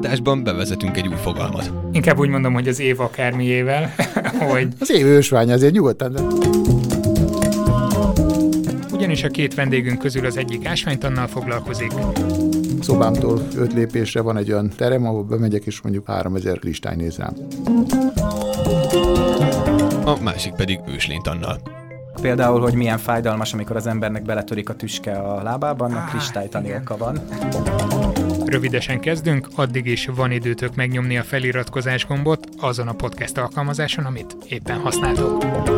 adásban bevezetünk egy új fogalmat. Inkább úgy mondom, hogy az év akármiével, hogy... Az év ősvány, azért nyugodtan, de... Ugyanis a két vendégünk közül az egyik ásványtannal foglalkozik. Szobámtól 5 lépésre van egy olyan terem, ahol bemegyek, és mondjuk 3000 kristály néz rám. A másik pedig őslénytannal. Például, hogy milyen fájdalmas, amikor az embernek beletörik a tüske a lábában, a kristálytani oka van. Rövidesen kezdünk, addig is van időtök megnyomni a feliratkozás gombot azon a podcast alkalmazáson, amit éppen használtok.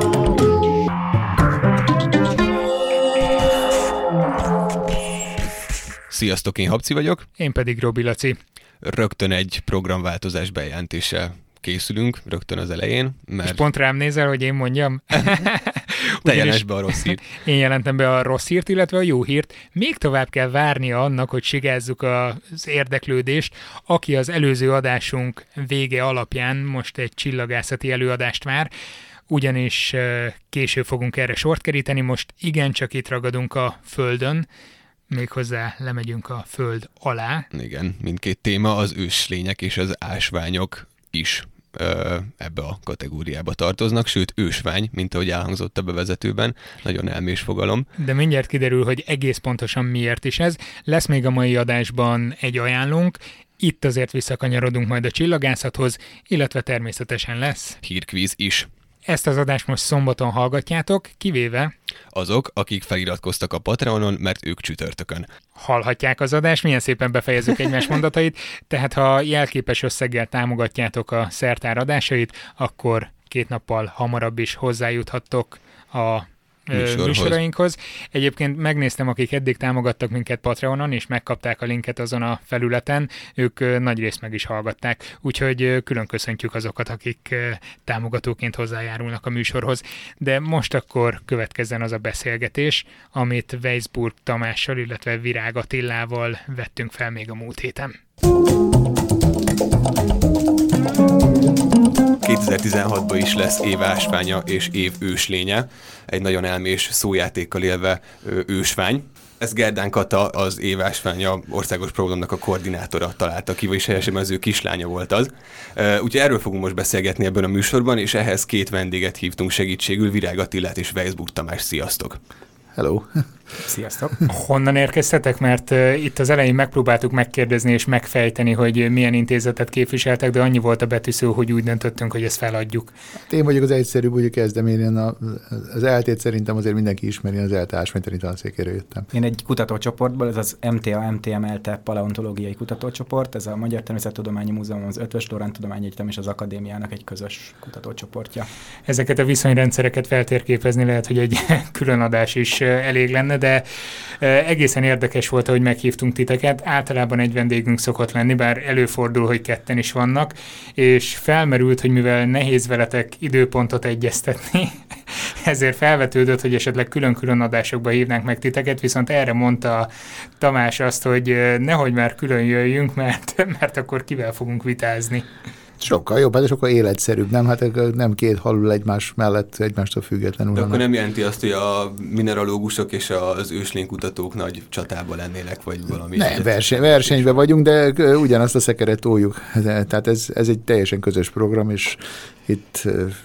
Sziasztok, én Habci vagyok. Én pedig Robi Laci. Rögtön egy programváltozás bejelentéssel készülünk, rögtön az elején. Mert... És pont rám nézel, hogy én mondjam? Te jelents be a rossz hírt. Én jelentem be a rossz hírt, illetve a jó hírt. Még tovább kell várnia annak, hogy sigázzuk az érdeklődést, aki az előző adásunk vége alapján most egy csillagászati előadást vár, ugyanis később fogunk erre sort keríteni, most igencsak itt ragadunk a Földön, méghozzá lemegyünk a Föld alá. Igen, mindkét téma, az őslények és az ásványok is ebbe a kategóriába tartoznak, sőt ősvány, mint ahogy elhangzott a bevezetőben, nagyon elmés fogalom. De mindjárt kiderül, hogy egész pontosan miért is ez. Lesz még a mai adásban egy ajánlónk, itt azért visszakanyarodunk majd a csillagászathoz, illetve természetesen lesz hírkvíz is. Ezt az adást most szombaton hallgatjátok, kivéve azok, akik feliratkoztak a Patreonon, mert ők csütörtökön. Hallhatják az adást, milyen szépen befejezzük egymás mondatait, tehát ha jelképes összeggel támogatjátok a szertár adásait, akkor 2 nappal hamarabb is hozzájuthattok a műsorainkhoz. Egyébként megnéztem, akik eddig támogattak minket Patreonon, és megkapták a linket azon a felületen, ők nagyrészt meg is hallgatták, úgyhogy külön köszöntjük azokat, akik támogatóként hozzájárulnak a műsorhoz. De most akkor következzen az a beszélgetés, amit Weisburg Tamással, illetve Virág Attilával vettünk fel még a múlt héten. 2016-ban is lesz év ásványa és év őslénye, egy nagyon elmés szójátékkal élve ősvány. Ezt Gerdán Kata, az év ásványa országos programnak a koordinátora találta ki, vagyis helyesebben az ő kislánya volt az. Úgyhogy erről fogunk most beszélgetni ebben a műsorban, és ehhez 2 vendéget hívtunk segítségül, Virág Attilát és Weisburg Tamás. Sziasztok! Hello! Sziasztok! Honnan érkeztetek? Mert itt az elején megpróbáltuk megkérdezni és megfejteni, hogy milyen intézetet képviseltek, de annyi volt a betűszó, hogy úgy döntöttünk, hogy ezt feladjuk. Hát én vagyok az egyszerűbb, úgy kezdem. Én az ELTét szerintem azért mindenki ismeri, az ELTE ásványtanítanszékéről jöttem. Én egy kutatócsoportból, ez az MTA-MTM-ELTE paleontológiai kutatócsoport, ez a Magyar Természettudományi Múzeum, az Eötvös Loránd Tudományegyetem és az akadémiának egy közös kutatócsoportja. Ezeket a viszonyrendszereket feltérképezni lehet, hogy egy külön adás is elég lenne, de egészen érdekes volt, hogy meghívtunk titeket. Általában egy vendégünk szokott lenni, bár előfordul, hogy 2 is vannak, és felmerült, hogy mivel nehéz veletek időpontot egyeztetni, ezért felvetődött, hogy esetleg külön-külön adásokba hívnánk meg titeket, viszont erre mondta Tamás azt, hogy nehogy már külön jöjjünk, mert akkor kivel fogunk vitázni. Sokkal jobb, hát sokkal életszerűbb, nem? Hát nem 2 halul egymás mellett, egymástól függetlenül. De akkor nem jelenti azt, hogy a mineralógusok és az őslénykutatók nagy csatába lennének, vagy valami? Nem, versenyben vagyunk, de ugyanazt a szekeret toljuk. Tehát ez egy teljesen közös program, és itt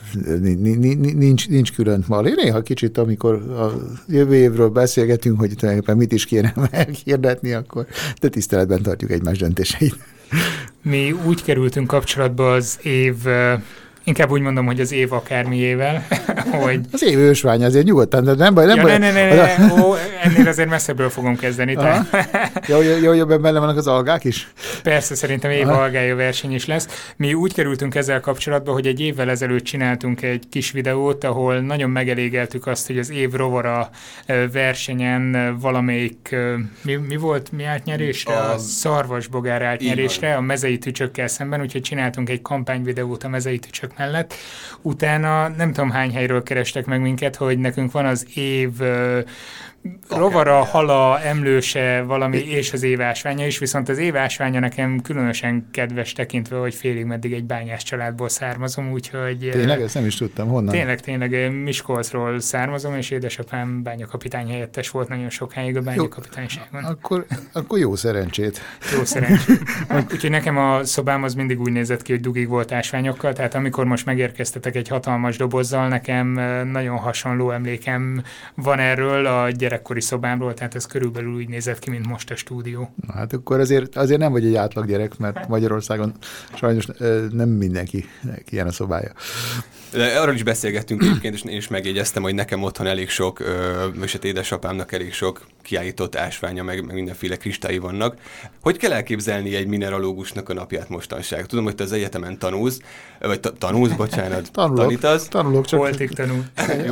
nincs külön val. Néha kicsit, amikor a jövő évről beszélgetünk, hogy tulajdonképpen mit is kéne meghirdetni, akkor de tiszteletben tartjuk egymás döntéseit. Mi úgy kerültünk kapcsolatba az év, inkább úgy mondom, hogy az év akármiével, hogy... Az év ősvány, azért nyugodtan, de nem baj. Ennél azért messzebbről fogom kezdeni. Jó, benne vannak az algák is? Persze, szerintem év algája verseny is lesz. Mi úgy kerültünk ezzel kapcsolatba, hogy egy évvel ezelőtt csináltunk egy kis videót, ahol nagyon megelégeltük azt, hogy az év rovara versenyen valamelyik, mi állt nyerésre? A szarvasbogár állt nyerésre, a mezei tücsökkel szemben, úgyhogy csináltunk egy kampányvideót a mezei tücsök mellett. Utána nem tudom hány helyről kerestek meg minket, hogy nekünk van az év rovara, hala, emlőse valami, és az évásványa is, viszont az évásványa nekem különösen kedves tekintve, hogy félig meddig egy bányász családból származom, úgyhogy... Tényleg? Ezt nem is tudtam. Honnan? Tényleg Miskolcról származom, és édesapám bányakapitány helyettes volt nagyon sokáig a bányakapitányságon. Akkor jó szerencsét. Jó szerencsét. Úgyhogy nekem a szobám az mindig úgy nézett ki, hogy dugig volt ásványokkal, tehát amikor most megérkeztetek egy hatalmas dobozzal, nekem nagyon hasonló emlékem van erről a gyerekkori szobámról, tehát ez körülbelül úgy nézett ki, mint most a stúdió. Na, hát akkor azért nem vagy egy átlag gyerek, mert Magyarországon sajnos nem mindenki ilyen a szobája. De arról is beszélgettünk egyébként, és én is megjegyeztem, hogy nekem otthon elég sok, és hát édesapámnak elég sok kiállított ásványa, meg mindenféle kristályi vannak. Hogy kell elképzelni egy mineralógusnak a napját mostanság? Tudom, hogy te az egyetemen tanulsz, vagy tanulsz, bocsánat, tanítasz. Tanulok, csak... Holtig tanul.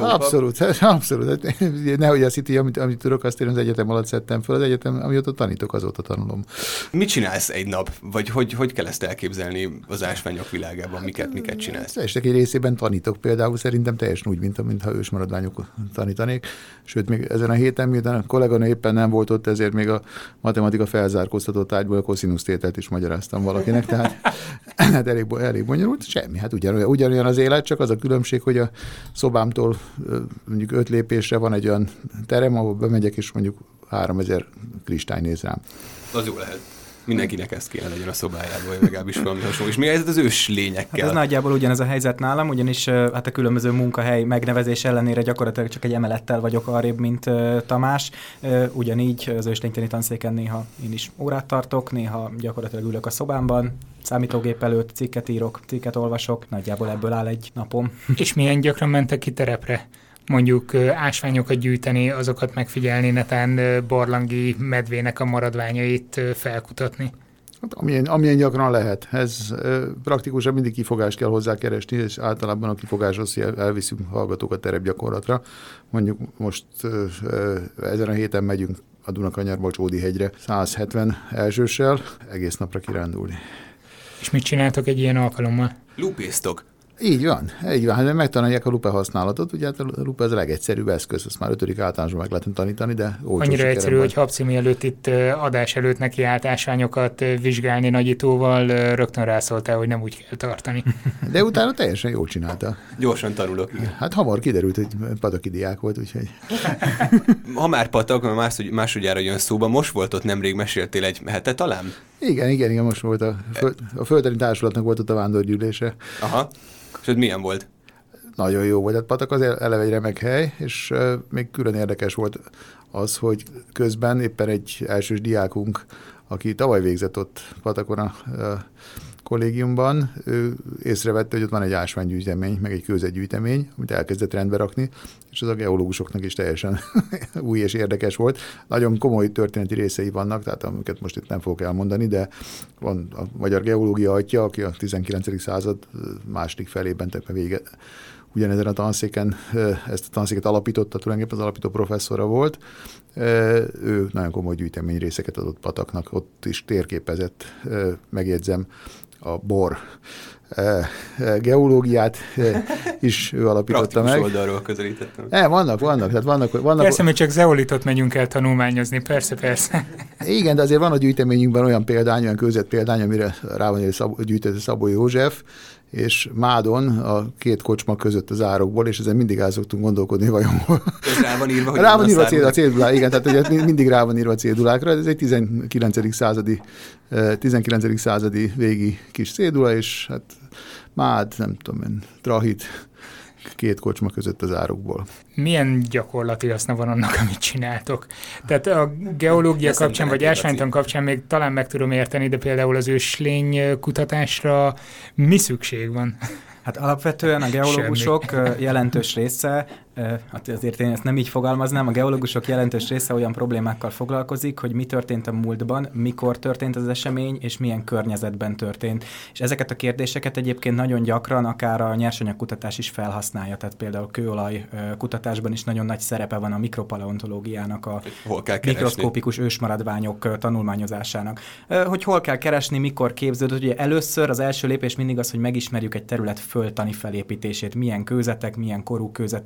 Abszolút. Nehogy azt hitти, amit tudok, azt én az egyetem alatt szedtem fel. Az egyetem, amióta tanítok, azóta tanulom. Mit csinálsz egy nap? Vagy hogy kell ezt elképzelni az ásványok világában? Miket csinálsz? Estek egy részében tanítok például, szerintem teljesen úgy, mintha ősmaradványok tanítanék. Sőt, még ezen a héten, miután a kolléganő éppen nem volt ott, ezért még a matematika felzárkóztató tárgyból a koszinusz tételt is magyaráztam valakinek, tehát hát elég bonyolult. Semmi, hát ugyanolyan az élet, csak az a különbség, hogy a szobámtól mondjuk 5 lépésre van egy olyan terem, ahol bemegyek, és mondjuk 3000 kristály néz rám. Az jó lehet. Mindenkinek ezt kéne legyen a szobájában, vagy legalábbis valami hasonló. És mi ez az ős lényekkel? Hát ez nagyjából ugyanez a helyzet nálam, ugyanis hát a különböző munkahely megnevezés ellenére gyakorlatilag csak egy emelettel vagyok arrébb, mint Tamás. Ugyanígy az őslénytani tanszéken néha én is órát tartok, néha gyakorlatilag ülök a szobámban, számítógép előtt cikket írok, cikket olvasok, nagyjából ebből áll egy napom. És milyen gyakran mentek ki terepre? Mondjuk ásványokat gyűjteni, azokat megfigyelni, netán barlangi medvének a maradványait felkutatni? Hát, amilyen gyakran lehet. Ez praktikusan mindig kifogást kell hozzá keresni, és általában a kifogáshoz elviszünk hallgatókat terepgyakorlatra. Mondjuk most ezen a héten megyünk a Dunakanyarból Csódihegyre 170 elsőssel, egész napra kirándulni. És mit csináltok egy ilyen alkalommal? Lupéztok. Így van. Hát megtanulják a lupe használatot, ugye hát a lupe az a legegyszerűbb eszköz, azt már 5. általánosban meg lehetne tanítani, de olcsó. Annyira egyszerű, hogy Habci mielőtt itt adás előtt neki állt ásványokat vizsgálni nagyítóval, rögtön rászóltál, hogy nem úgy kell tartani. De utána teljesen jól csinálta. Gyorsan tanulok. Igen. Hát hamar kiderült, hogy pataki diák volt, úgyhogy... Ha már patak, másodjára jön szóba, most volt ott nemrég, meséltél egy hete talán? Igen, most volt a Földtani Társulatnak volt ott a vándorgyűlése. Aha. És ez milyen volt? Nagyon jó volt. Hát Patak az eleve egy remek hely, és még külön érdekes volt az, hogy közben éppen egy elsős diákunk, aki tavaly végzett ott Patakon a kollégiumban, ő észrevette, hogy ott van egy ásványgyűjtemény, meg egy kőzetgyűjtemény, amit elkezdett rendbe rakni, és az a geológusoknak is teljesen új és érdekes volt. Nagyon komoly történeti részei vannak, tehát amiket most itt nem fogok elmondani, de van a magyar geológia atya, aki a 19. század második felében tette vége. Ugyanezen a tanszéken, ezt a tanszéket alapította, tulajdonképpen az alapító professzora volt. Ő nagyon komoly gyűjtemény részeket adott Pataknak, ott is térképezett, megjegyzem, a bor geológiát is ő alapította meg. Praktikus oldalról közelítettem. Vannak. Persze, mi csak zeolitot megyünk el tanulmányozni, persze. Igen, de azért van a gyűjteményünkben olyan példány, olyan kőzet példány, amire rá van gyűjtött Szabó József, és Mádon a két kocsma között az árokból, és ezen mindig el szoktunk gondolkodni, vajon hol. Ez rá van írva, hogy rá van írva a cédulák, igen, tehát ugye mindig rá van írva a cédulákra, ez egy 19. századi végi kis cédula, és hát Mád, nem tudom én, Trahit, két kocsma között az árokból. Milyen gyakorlati haszna van annak, amit csináltok? Tehát a geológia kapcsán, vagy ásványtan kapcsán még talán meg tudom érteni, de például az őslény kutatásra mi szükség van? Hát alapvetően a geológusok jelentős része, hát azért én ezt nem így fogalmaznám, a geológusok jelentős része olyan problémákkal foglalkozik, hogy mi történt a múltban, mikor történt az esemény, és milyen környezetben történt. És ezeket a kérdéseket egyébként nagyon gyakran akár a nyersanyagkutatás is felhasználja, tehát például kőolaj kutatásban is nagyon nagy szerepe van a mikropaleontológiának, a mikroszkópikus ősmaradványok tanulmányozásának. Hogy hol kell keresni, mikor képződött, ugye először az első lépés mindig az, hogy megismerjük egy terület földtani felépítését, milyen kőzetek, milyen korú kőzetek, milyen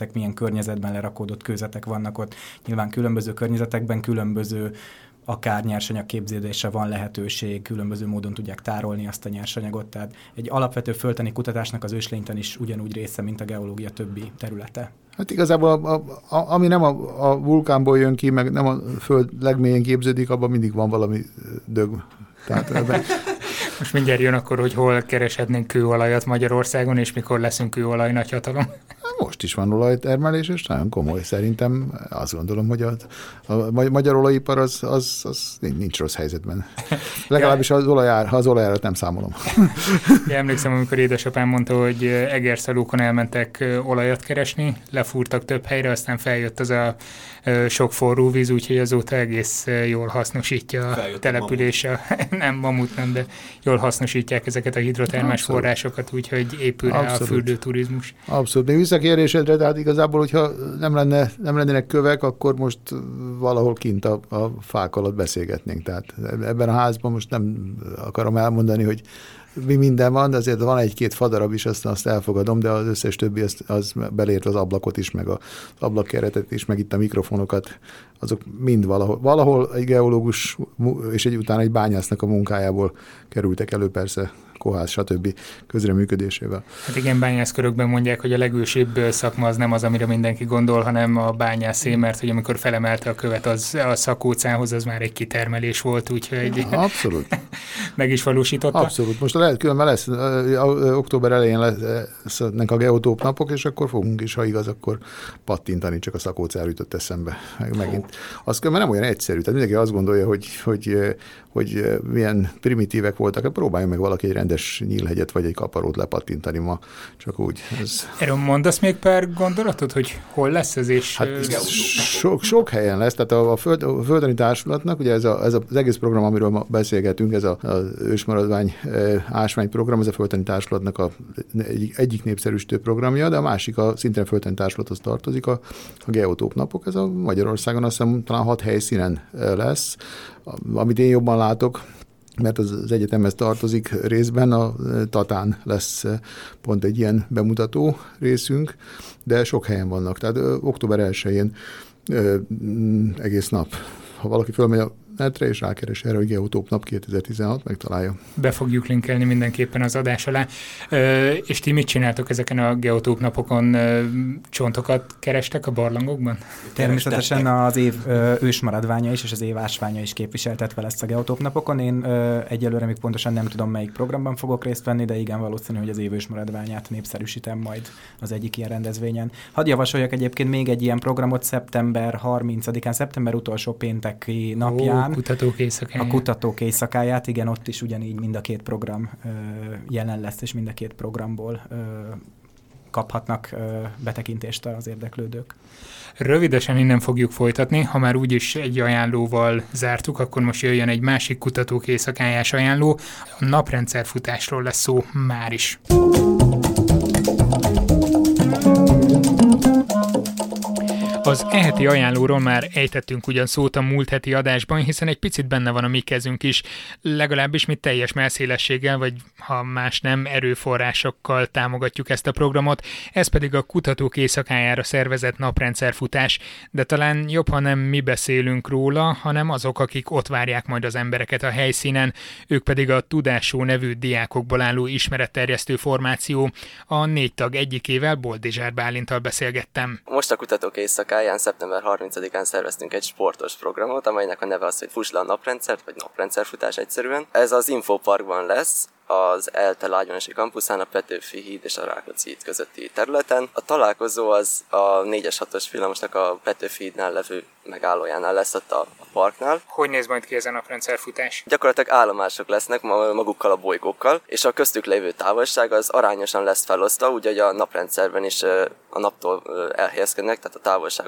környezetben lerakódott kőzetek vannak ott. Nyilván különböző környezetekben különböző akár nyersanyag képződésre van lehetőség, különböző módon tudják tárolni azt a nyersanyagot, tehát egy alapvető földtani kutatásnak az őslénytan is ugyanúgy része, mint a geológia többi területe. Hát igazából ami nem a vulkánból jön ki, meg nem a föld legmélyén képződik, abban mindig van valami dög. Tehát most mindjárt jön akkor, hogy hol kereshetnénk kőolajat Magyarországon, és mikor leszünk kőolaj nagyhatalom. Most is van olajtermelés, és nagyon komoly. Szerintem azt gondolom, hogy a magyar olajipar az nincs rossz helyzetben. Legalábbis az olajárat nem számolom. Ja, emlékszem, amikor édesapám mondta, hogy Egerszalókon elmentek olajat keresni, lefúrtak több helyre, aztán feljött az a sok forró víz, úgyhogy azóta egész jól hasznosítja a település. Nem, mamut nem, de jól hasznosítják ezeket a hidrotermás forrásokat, úgyhogy épül rá a fürdőturizmus. Abszolút. Még visszakérdésedre, tehát igazából, hogyha nem lennének kövek, akkor most valahol kint a fák alatt beszélgetnénk. Tehát ebben a házban most nem akarom elmondani, hogy mi minden van, de azért van egy-két fadarab is, azt elfogadom, de az összes többi az belért az ablakot is, meg az ablakkeretet is, meg itt a mikrofonokat, azok mind valahol egy geológus és utána egy bányásznak a munkájából kerültek elő, persze kohász, stb. Közreműködésével. Hát igen, bányászkörökben mondják, hogy a legősibb szakma az nem az, amire mindenki gondol, hanem a bányászé, mert hogy amikor felemelte a követ a szakócához, az már egy kitermelés volt, úgyhogy abszolút. meg is valósította. Abszolút. Most különben lesz, október elején lesznek a geotóp napok, és akkor fogunk is, ha igaz, akkor pattintani, csak a szakócára jutott eszembe. Megint. Az különben nem olyan egyszerű. Tehát mindenki azt gondolja, hogy milyen primitívek voltak. Próbáljon meg valaki egy rendes nyílhegyet vagy egy kaparót lepattintani ma, csak úgy. Erről mondasz még pár gondolatot, hogy hol lesz ez? És hát sok helyen lesz, tehát a Földtani Társulatnak, ugye ez az egész program, amiről ma beszélgetünk, ez az ősmaradvány ásványprogram, ez a Földtani Társulatnak egyik népszerűsítő programja, de a másik szintén Földtani Társulathoz tartozik, a geotóp napok, ez a Magyarországon azt hiszem talán 6 helyszínen lesz, amit én jobban látok, mert az egyetemhez tartozik részben, a Tatán lesz pont egy ilyen bemutató részünk, de sok helyen vannak. Tehát október 1-én egész nap. Ha valaki fölmegy a netre és rákeres erre, hogy Geotóp nap 2016, megtalálja. Be fogjuk linkelni mindenképpen az adás alá. És ti mit csináltok ezeken a Geotóp napokon? Csontokat kerestek a barlangokban? Természetesen az év ősmaradványa is, és az év ásványa is képviseltetve lesz a Geotóp napokon. Én egyelőre még pontosan nem tudom, melyik programban fogok részt venni, de igen, valószínű, hogy az év ősmaradványát népszerűsítem majd az egyik ilyen rendezvényen. Hadd javasoljak egyébként még egy ilyen programot szeptember 30-án, szeptember utolsó pénteki napján. Kutatók éjszakáját. A kutatók éjszakáját, igen, ott is ugyanígy mind a két program jelen lesz, és mind a két programból kaphatnak betekintést az érdeklődők. Rövidesen innen fogjuk folytatni, ha már úgyis egy ajánlóval zártuk, akkor most jöjjön egy másik kutatók éjszakájás ajánló. A naprendszerfutásról lesz szó máris. Az e-heti ajánlóról már ejtettünk ugyan szót a múlt heti adásban, hiszen egy picit benne van a mi kezünk is, legalábbis mi teljes mellszélességgel, vagy ha más nem, erőforrásokkal támogatjuk ezt a programot, ez pedig a Kutatók Éjszakájára szervezett naprendszerfutás, de talán jobb, ha nem mi beszélünk róla, hanem azok, akik ott várják majd az embereket a helyszínen, ők pedig a Tudásó nevű diákokból álló ismeretterjesztő formáció. A 4 tag egyikével, Boldizsár Bálinttal beszélgettem. Most a Kutatók Éjszakáján szeptember 30-án szerveztünk egy sportos programot, amelynek a neve az, hogy Fuss le a naprendszert, vagy naprendszerfutás egyszerűen. Ez az Infoparkban lesz, az ELTE Lágyvaноsi kampuszán, a Petőfi híd és a Rákóczi híd közötti területen. A találkozó az a 4-es 6-os villamosnak a Petőfi hídnál levő megállójánál lesz, ott a parknál. Hogy néz majd ki ez a naprendszerfutás? Gyakorlatilag állomások lesznek magukkal a bolygókkal, és a köztük lévő távolság az arányosan lesz felosztva, úgy, hogy a naprendszerben is a naptól elhelyezkednek, tehát a távolságuk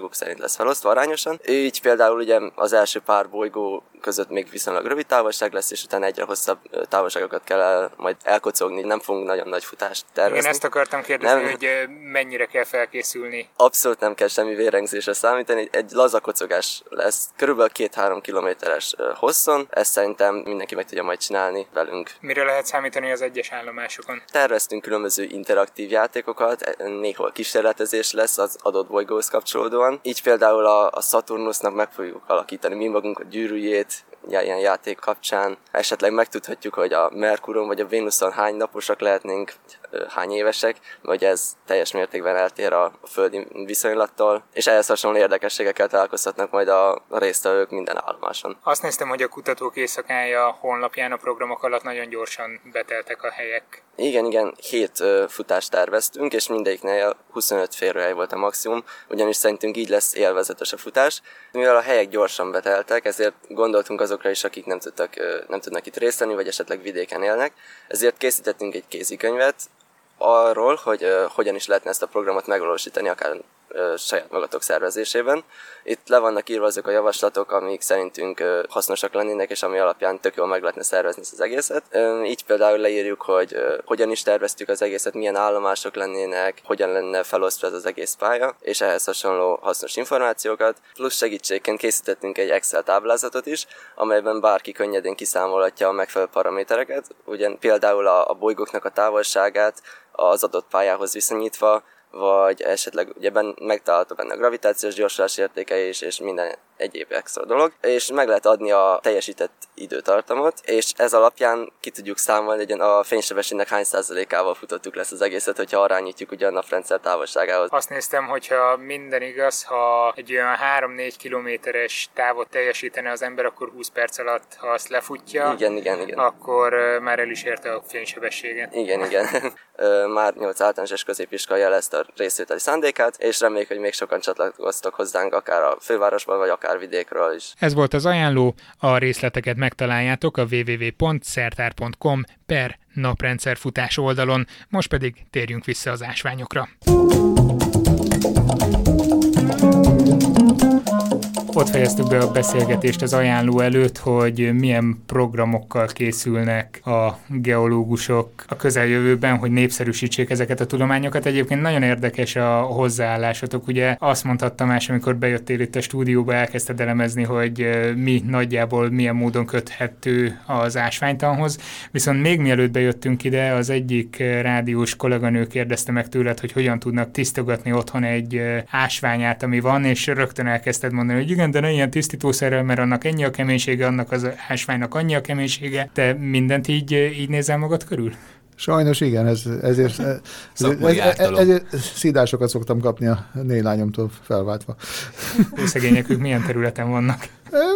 távolságok szerint lesz felosztva arányosan. Így például ugye az első pár bolygó között még viszonylag rövid távolság lesz, és utána egyre hosszabb távolságokat kell majd elkocogni. Nem fogunk nagyon nagy futást tervezni. Én ezt akartam kérdezni, hogy mennyire kell felkészülni. Abszolút nem kell semmi vérengzésre számítani, egy laza kocogás lesz, körülbelül 2-3 kilométeres hosszon, ezt szerintem mindenki meg tudja majd csinálni velünk. Mire lehet számítani az egyes állomásokon? Terveztünk különböző interaktív játékokat, néhol kísérletezés lesz az adott bolygóhoz kapcsolódóan. Így például a Saturnusnak meg fogjuk alakítani mi magunk a gyűrűjét, ilyen játék kapcsán. Esetleg megtudhatjuk, hogy a Merkuron vagy a Vénuszon hány naposak lehetnénk, hány évesek, vagy ez teljes mértékben eltér a földi viszonylattól, és ehhez hasonló érdekességekkel találkozhatnak majd a résztvevők minden állomáson. Azt néztem, hogy a Kutatók Éjszakája honlapján a programok alatt nagyon gyorsan beteltek a helyek. Igen, 7 futást terveztünk, és mindegyiknél 25 férőhely volt a maximum, ugyanis szerintünk így lesz élvezetes a futás. Mivel a helyek gyorsan beteltek, ezért gondoltunk azokra is, akik nem tudnak itt részt venni, vagy esetleg vidéken élnek, ezért készítettünk egy kézikönyvet arról, hogy hogyan is lehetne ezt a programot megvalósítani, akár saját magatok szervezésében. Itt le vannak írva azok a javaslatok, amik szerintünk hasznosak lennének, és ami alapján tök jól meg lehetne szervezni az egészet. Így például leírjuk, hogy hogyan is terveztük az egészet, milyen állomások lennének, hogyan lenne felosztva ez az egész pálya, és ehhez hasonló hasznos információkat. Plusz segítségként készítettünk egy Excel táblázatot is, amelyben bárki könnyedén kiszámolhatja a megfelelő paramétereket, ugyan például a bolygóknak a távolságát az adott pályához viszonyítva, vagy esetleg ugye megtalálható benne a gravitációs gyorsulás értéke is, és minden egyéb extra dolog, és meg lehet adni a teljesített időtartamot, és ez alapján ki tudjuk számolni, hogy a fénysebességnek hány százalékával futottuk lesz az egészet, hogyha arányítjuk ugye a naprendszer távolságához. Azt néztem, hogyha minden igaz, ha egy olyan 3-4 kilométeres távot teljesítene az ember, akkor 20 perc alatt, ha azt lefutja, igen. akkor már el is érte a fénysebességet. Igen. Már 8 általános középiskola jelezte a részvételi szándékát, és reméljük, hogy még sokan csatlakoztok hozzánk, akár a fővárosban, vagy akár vidékről is. Ez volt az ajánló, a részleteket megtaláljátok a www.szertár.com/naprendszerfutás oldalon, most pedig térjünk vissza az ásványokra. Ott fejeztük be a beszélgetést az ajánló előtt, hogy milyen programokkal készülnek a geológusok a közeljövőben, hogy népszerűsítsék ezeket a tudományokat. Egyébként nagyon érdekes a hozzáállásotok. Ugye azt mondhatta Tamás, amikor bejöttél itt a stúdióba, elkezdted elemezni, hogy mi nagyjából milyen módon köthető az ásványtanhoz. Viszont még mielőtt bejöttünk ide, az egyik rádiós kolléganő kérdezte meg tőled, hogy hogyan tudnak tisztogatni otthon egy ásványát, ami van, és rögtön elkezdted mondani, hogy igen, de ne ilyen tisztítószerrel, mert annak ennyi a keménysége, annak az ásványnak annyi a keménysége. Te mindent így nézel magad körül? Sajnos igen, ezért szídásokat szoktam kapni a nélányomtól felváltva. Szegények, ők milyen területen vannak?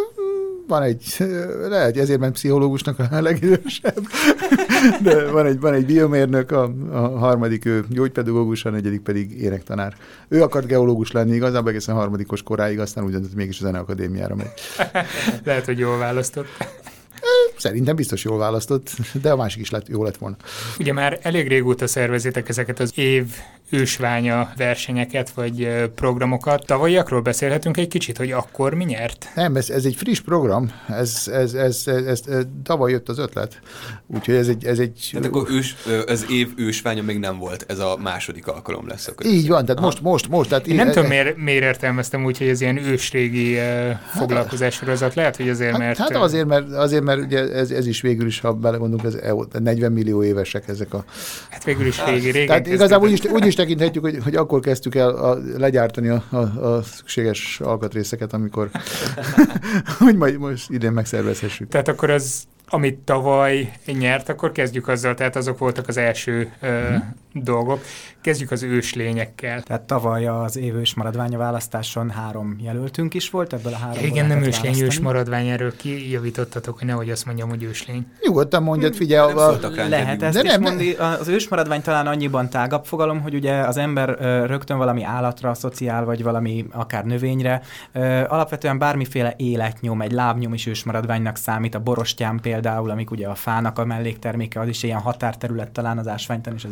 Lehet, ezért ment pszichológusnak a legidősebb, de van egy biomérnök, a harmadik ő gyógypedagógus, a negyedik pedig énektanár. Ő akart geológus lenni, igazából egészen harmadikos koráig, aztán úgy döntött, mégis a Zeneakadémiára megy. Lehet, hogy jól választott. Szerintem biztos jól választott, de a másik is jó lett volna. Ugye már elég régóta szervezitek ezeket az év ősványa versenyeket, vagy programokat. Tavalyiakról beszélhetünk egy kicsit, hogy akkor mi nyert? Nem, ez egy friss program, ez tavaly jött az ötlet. Úgyhogy ez egy... Tehát akkor az év ősványa még nem volt, ez a második alkalom lesz. Akkor így van, tehát most. Tehát én nem tudom, miért értelmeztem úgy, hogy ez ilyen ősrégi foglalkozássorozat. Lehet, hogy azért, mert... Hát azért, mert ugye ez is végül is, ha belegondolunk, ez 40 millió évesek ezek a... Hát végül is régen. Tehát igazából úgy is tekinthetjük, hogy akkor kezdtük el legyártani a szükséges alkatrészeket, amikor hogy majd most idén megszervezhessük. Tehát akkor az, amit tavaly nyert, akkor kezdjük azzal, tehát azok voltak az első dolgok. Kezdjük az őslényekkel. Tehát tavaly az év ősmaradványa választáson 3 jelöltünk is volt, ebből a 3 igen, nem őslény, ősmaradvány, erről kijavítottatok, hogy nehogy azt mondjam, hogy őslény. Nyugodtan mondjad, figyelj. Lehet ezt is mondani. Az ősmaradvány talán annyiban tágabb fogalom, hogy ugye az ember rögtön valami állatra asszociál, vagy valami akár növényre. Alapvetően bármiféle életnyom, egy lábnyom is ősmaradványnak számít, a borostyán például, amik ugye a fának a mellékterméke, az is ilyen határterület talán az ásványtan és az őslénytan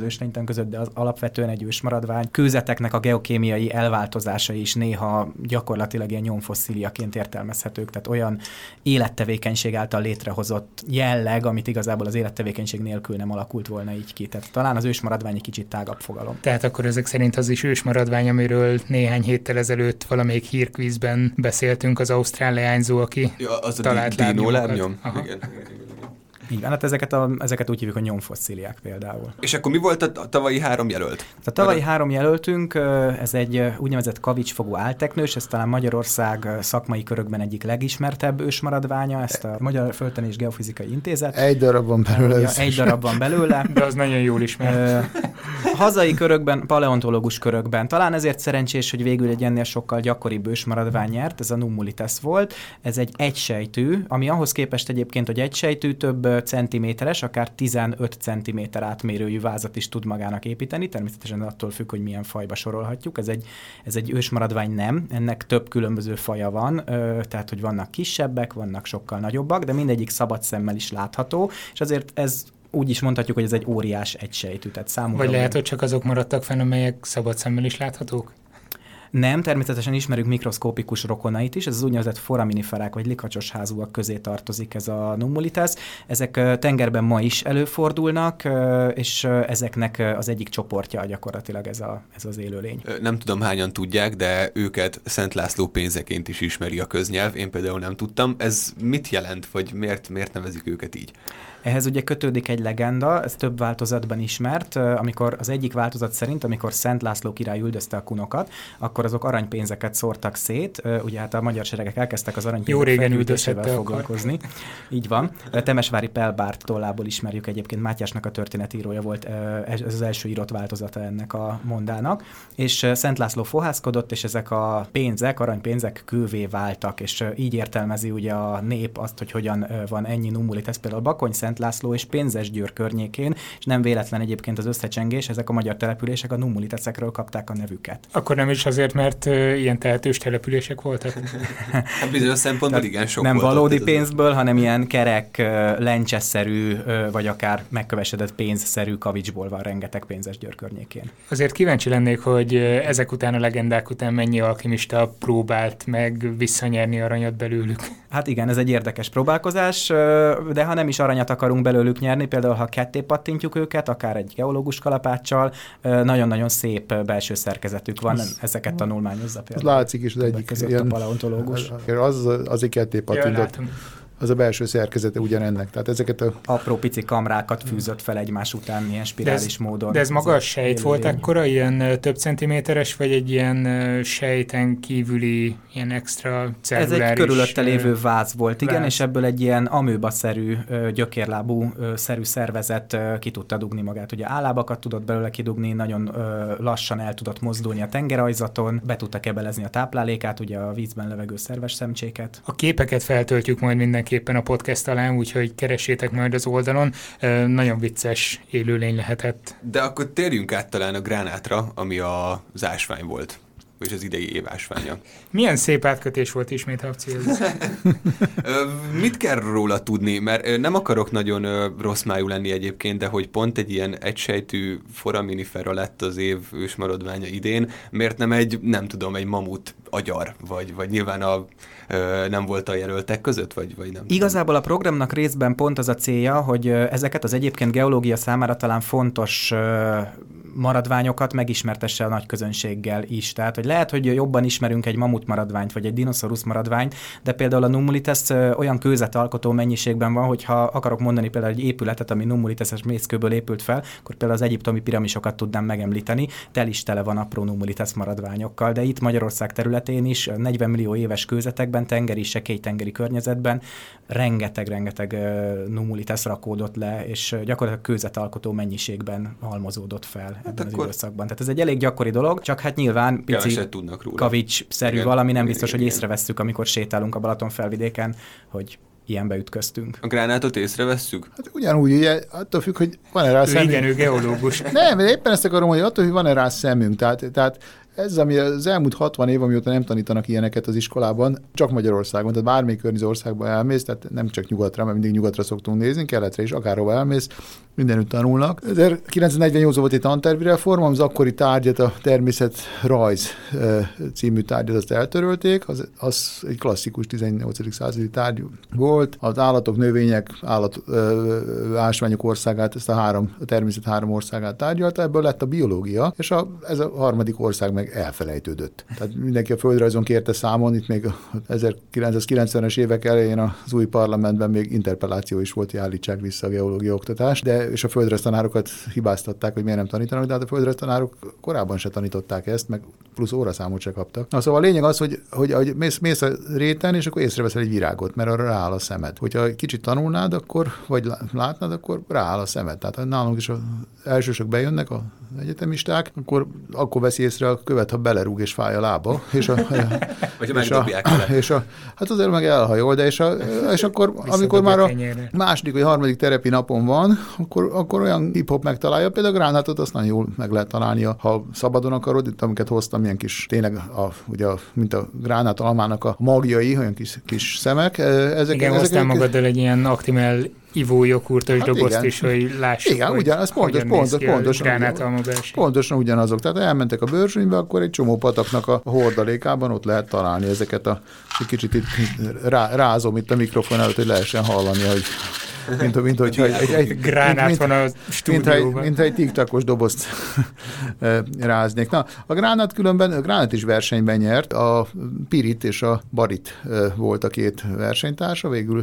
között, de az alapvetően egy ősmaradvány. Kőzeteknek a geokémiai elváltozásai is néha gyakorlatilag ilyen nyomfosszíliaként értelmezhetők, tehát olyan élettevékenység által létrehozott jelleg, amit igazából az élettevékenység nélkül nem alakult volna így ki. Tehát talán az ősmaradvány egy kicsit tágabb fogalom. Tehát akkor ezek szerint az is ősmaradvány, amiről néhány héttel ezelőtt valamelyik hírkvízben beszéltünk, az ausztrál leányzó, aki talált lábnyom. Igen. Így van, hát ezeket úgy hívjuk, hogy nyomfosszíliák például. És akkor mi volt a tavalyi 3 jelölt? A tavalyi 3 jelöltünk, ez egy úgynevezett kavicsfogú álteknős, ez talán Magyarország szakmai körökben egyik legismertebb ősmaradványa, ezt a Magyar Földtani és Geofizikai Intézet. Egy darab van belőle. Egy darab van belőle. De az nagyon jól ismert. Hazai körökben, paleontológus körökben. Talán ezért szerencsés, hogy végül egy ennél sokkal gyakoribb ősmaradvány nyert, ez a Nummulites volt. Ez egy egysejtű, ami ahhoz képest egyébként, hogy egysejtű több centiméteres, akár 15 centiméter átmérőjű vázat is tud magának építeni, természetesen attól függ, hogy milyen fajba sorolhatjuk. Ez egy ősmaradvány nem, ennek több különböző faja van, tehát hogy vannak kisebbek, vannak sokkal nagyobbak, de mindegyik szabad szemmel is látható, és azért ez úgy is mondhatjuk, hogy ez egy óriás egysejtű. Tehát számunkra vagy lehet, hogy csak azok maradtak fenn, amelyek szabad szemmel is láthatók? Nem, természetesen ismerünk mikroszkópikus rokonait is, ez az úgynevezett foraminiferák vagy likacsos házúak közé tartozik ez a Nummulites. Ezek tengerben ma is előfordulnak, és ezeknek az egyik csoportja gyakorlatilag ez az élőlény. Nem tudom, hányan tudják, de őket Szent László pénzeként is ismeri a köznyelv, én például nem tudtam. Ez mit jelent, vagy miért nevezik őket így? Ehhez ugye kötődik egy legenda, ez több változatban ismert, amikor az egyik változat szerint, amikor Szent László király üldözte a kunokat, akkor azok aranypénzeket szórtak szét, ugye hát a magyar seregek elkezdtek az aranypénzek felgyűjtésével foglalkozni. Így van. Temesvári Pelbárt tollából ismerjük egyébként, Mátyásnak a történetírója volt, ez az első írott változata ennek a mondának, és Szent László fohászkodott, és ezek a pénzek, aranypénzek kővé váltak, és így értelmezi ugye a nép azt, hogy hogyan van ennyi Nummulites, például Bakony, Szent László és Pénzesgyőr környékén, és nem véletlen egyébként az összecsengés, ezek a magyar települések a Nummulitesekről kapták a nevüket. Akkor nem is azért, mert ilyen tehetős települések voltak? Hát bizonyos szempontból igen sok nem volt. Nem valódi pénzből, hanem ilyen kerek, lencseszerű, vagy akár megkövesedett pénzszerű kavicsból van rengeteg Pénzesgyőr környékén. Azért kíváncsi lennék, hogy ezek után a legendák után mennyi alkimista próbált meg visszanyerni aranyat belőlük. Hát igen, ez egy érdekes próbálkozás, de ha nem is aranyat akarunk belőlük nyerni, például ha ketté pattintjuk őket, akár egy geológus kalapáccsal, nagyon-nagyon szép belső szerkezetük van, ezeket tanulmányozza például. Ez látszik is az egyik ilyen paleontológus. Az ketté pattintott. Az a belső szerkezete ugyanennek. Tehát ezeket a... apró pici kamrákat fűzött fel egymás után ilyen spirális módon. De ez maga a sejt volt ekkora, ilyen több centiméteres, vagy egy ilyen sejten kívüli, ilyen extra celluláris... Ez egy körülötte lévő váz volt, igen, és ebből egy ilyen amőba-szerű, gyökérlábú szerű szervezet ki tudta dugni magát. Ugye állábakat tudott belőle kidugni, nagyon lassan el tudott mozdulni a tengerajzaton, be tudta kebelezni a táplálékát, ugye a vízben levegő szerves szemcséket. A képeket feltöltjük majd mindenképpen a podcast alá, úgyhogy keressétek majd az oldalon. Nagyon vicces élőlény lehetett. De akkor térjünk át talán a gránátra, ami az ásvány volt, és az idei év ásványa. Milyen szép átkötés volt ismét, Habci? Mit kell róla tudni? Mert nem akarok nagyon rossz májú lenni egyébként, de hogy pont egy ilyen egysejtű foraminifera lett az év ősmaradványa idén, miért nem egy mamut agyar, vagy nyilván nem volt a jelöltek között, vagy nem? Igazából a programnak részben pont az a célja, hogy ezeket az egyébként geológia számára talán fontos maradványokat megismertesse a nagy közönséggel is. Tehát, hogy lehet, hogy jobban ismerünk egy mamut maradványt, vagy egy dinoszaurusz maradványt, de például a Nummulites olyan kőzetalkotó mennyiségben van, hogyha akarok mondani például egy épületet, ami Nummulites-es mészkőből épült fel, akkor például az egyiptomi piramisokat tudnám megemlíteni, tele van apró Nummulites maradványokkal, de itt Magyarország területén is 40 millió éves kőzetekben, tengeri, sekélytengeri környezetben rengeteg Nummulites rakódott le, és gyakorlatilag kőzetalkotó mennyiségben halmozódott fel ebben az időszakban. Tehát ez egy elég gyakori dolog, csak hát nyilván pici kavics-szerű valami, nem biztos, hogy észrevesszük, amikor sétálunk a Balaton felvidéken, hogy ilyenbe ütköztünk. A gránátot észrevesszük? Hát ugyanúgy, ugye, attól függ, hogy van-e rá szemünk. Igen, ő geológus. Nem, éppen ezt akarom, hogy attól, hogy van-e rá szemünk. Tehát Ez, ami az elmúlt 60 év, amióta nem tanítanak ilyeneket az iskolában, csak Magyarországon, tehát bármelyik környező országban elmész, tehát nem csak nyugatra, mert mindig nyugatra szoktunk nézni, keletre is, akárhova elmész, mindenütt tanulnak. 1948 volt egy tantervi reform, az akkori tárgyat, a természetrajz című tárgyat azt eltörölték, az egy klasszikus 18. századi tárgy volt. Az állatok, növények, ásványok országát, ezt a természet 3 országát tárgyalta, ebből lett a biológia, és ez a harmadik ország meg elfelejtődött. Tehát mindenki a földrajzon kérte számon, itt még 1990-es évek elején az új parlamentben még interpelláció is volt, hogy állítsák vissza a geológia oktatást, és a földrajztanárokat hibáztatták, hogy miért nem tanítanak, de hát a földrajztanárok korábban se tanították ezt, meg plusz óraszámot se kaptak. Na, szóval a lényeg az, hogy mész a réten, és akkor észreveszel egy virágot, mert arra rááll a szemed. Hogyha kicsit tanulnád, vagy látnád, akkor rááll a szemed. Tehát nálunk is az elsősök bejönnek, az egyetemisták, akkor veszi észre a követ, ha belerúg és fáj a lába, vagy megdobják vele. Hát azért meg elhajol, de és akkor, amikor már a második vagy harmadik terepi napon van, akkor olyan hip-hop megtalálja, például a gránátot azt nagyon jól meg lehet találni, ha szabadon akarod, itt amiket hoztam, ilyen kis, tényleg mint a gránát almának a magjai, olyan kis szemek. Igen, hoztál magaddal egy ilyen Actimel ivójoghurtos dobozt is, hogy lássuk, igen, ugyanaz, pontosan ugyanazok. Tehát elmentek a Börzsönybe, akkor egy csomó pataknak a hordalékában ott lehet találni ezeket kicsit itt rázom itt a mikrofon előtt, hogy lehessen hallani, hogy mint hogyha egy gránát van a stúdióban. Mint egy tiktakos dobozt ráznék. Na, a gránát is versenyben nyert, a Pirit és a Barit volt a 2 versenytársa, végül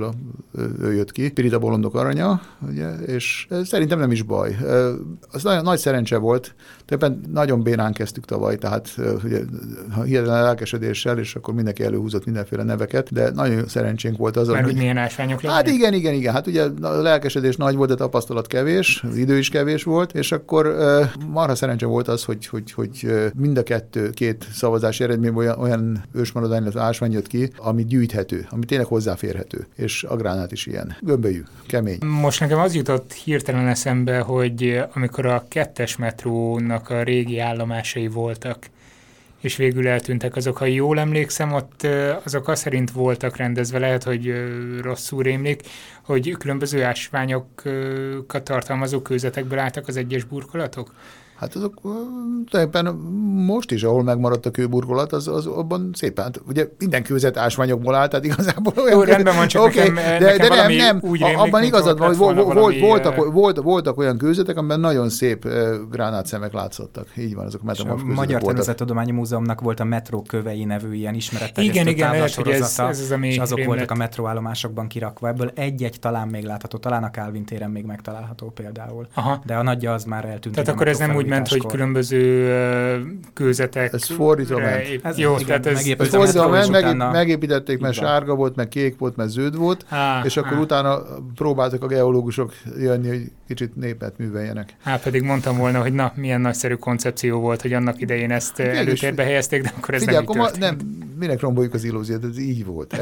ő jött ki. Pirit a bolondok aranya, ugye, és szerintem nem is baj. Az nagy szerencse volt, de nagyon bénán kezdtük tavaly, tehát ugye, hihetetlen lelkesedéssel, és akkor mindenki előhúzott mindenféle neveket, de nagyon szerencsénk volt az, hogy milyen ásványok legyenek. Hát igen. Hát ugye a lelkesedés nagy volt, de tapasztalat kevés, az idő is kevés volt, és akkor marha szerencse volt az, hogy mind a két szavazási eredményben olyan ősmaradvány, illetve ásvány jött ki, ami gyűjthető, ami tényleg hozzáférhető, és a gránát is ilyen. Gömbölyű, kemény. Most nekem az jutott hirtelen eszembe, hogy amikor a 2-es metrónak a régi állomásai voltak, és végül eltűntek azok. Ha jól emlékszem, ott azok azt szerint voltak rendezve, lehet, hogy rosszul rémlik, hogy különböző ásványokat tartalmazó kőzetekből álltak az egyes burkolatok? Hát azok tulajdonképpen most is, ahol megmaradt a kőburkolat, az abban szépen, hát ugye minden kőzet ásványokból áll, tehát igazából olyan... Jó, rendben van, csak nekem nem, úgy rémlik, abban igazad van, hogy voltak olyan kőzetek, amiben nagyon szép gránátszemek látszottak. Így van, azok metamorf kőzetek voltak. A Magyar Természettudományi Múzeumnak volt a Metró kövei nevű ilyen ismeretterjesztő táblasorozata, és azok voltak a metróállomásokban kirakva. Ebből egy-egy talán még látható, talán a Kálvin téren még megtalálható például. Aha. De a nagyja az már eltűnt. Tehát akkor ez nem úgy ment, hogy különböző kőzetek... Ez fordítva ment. Jó, tehát ez fordítva ment, megépítették, mert sárga volt, meg kék volt, meg zöld volt, és akkor utána próbáltak a geológusok jönni, hogy kicsit népet műveljenek. Pedig mondtam volna, hogy na, milyen nagyszerű koncepció volt, hogy annak idején ezt előtérbe helyezték, de akkor ez nem így történt. Nem, minek romboljuk az illúziót, ez így volt.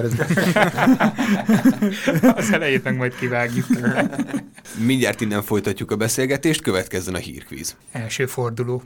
Az elejét meg majd kivágjuk. Mindjárt innen folytatjuk a beszélgetést, következzen a hírkvíz. Első forduló.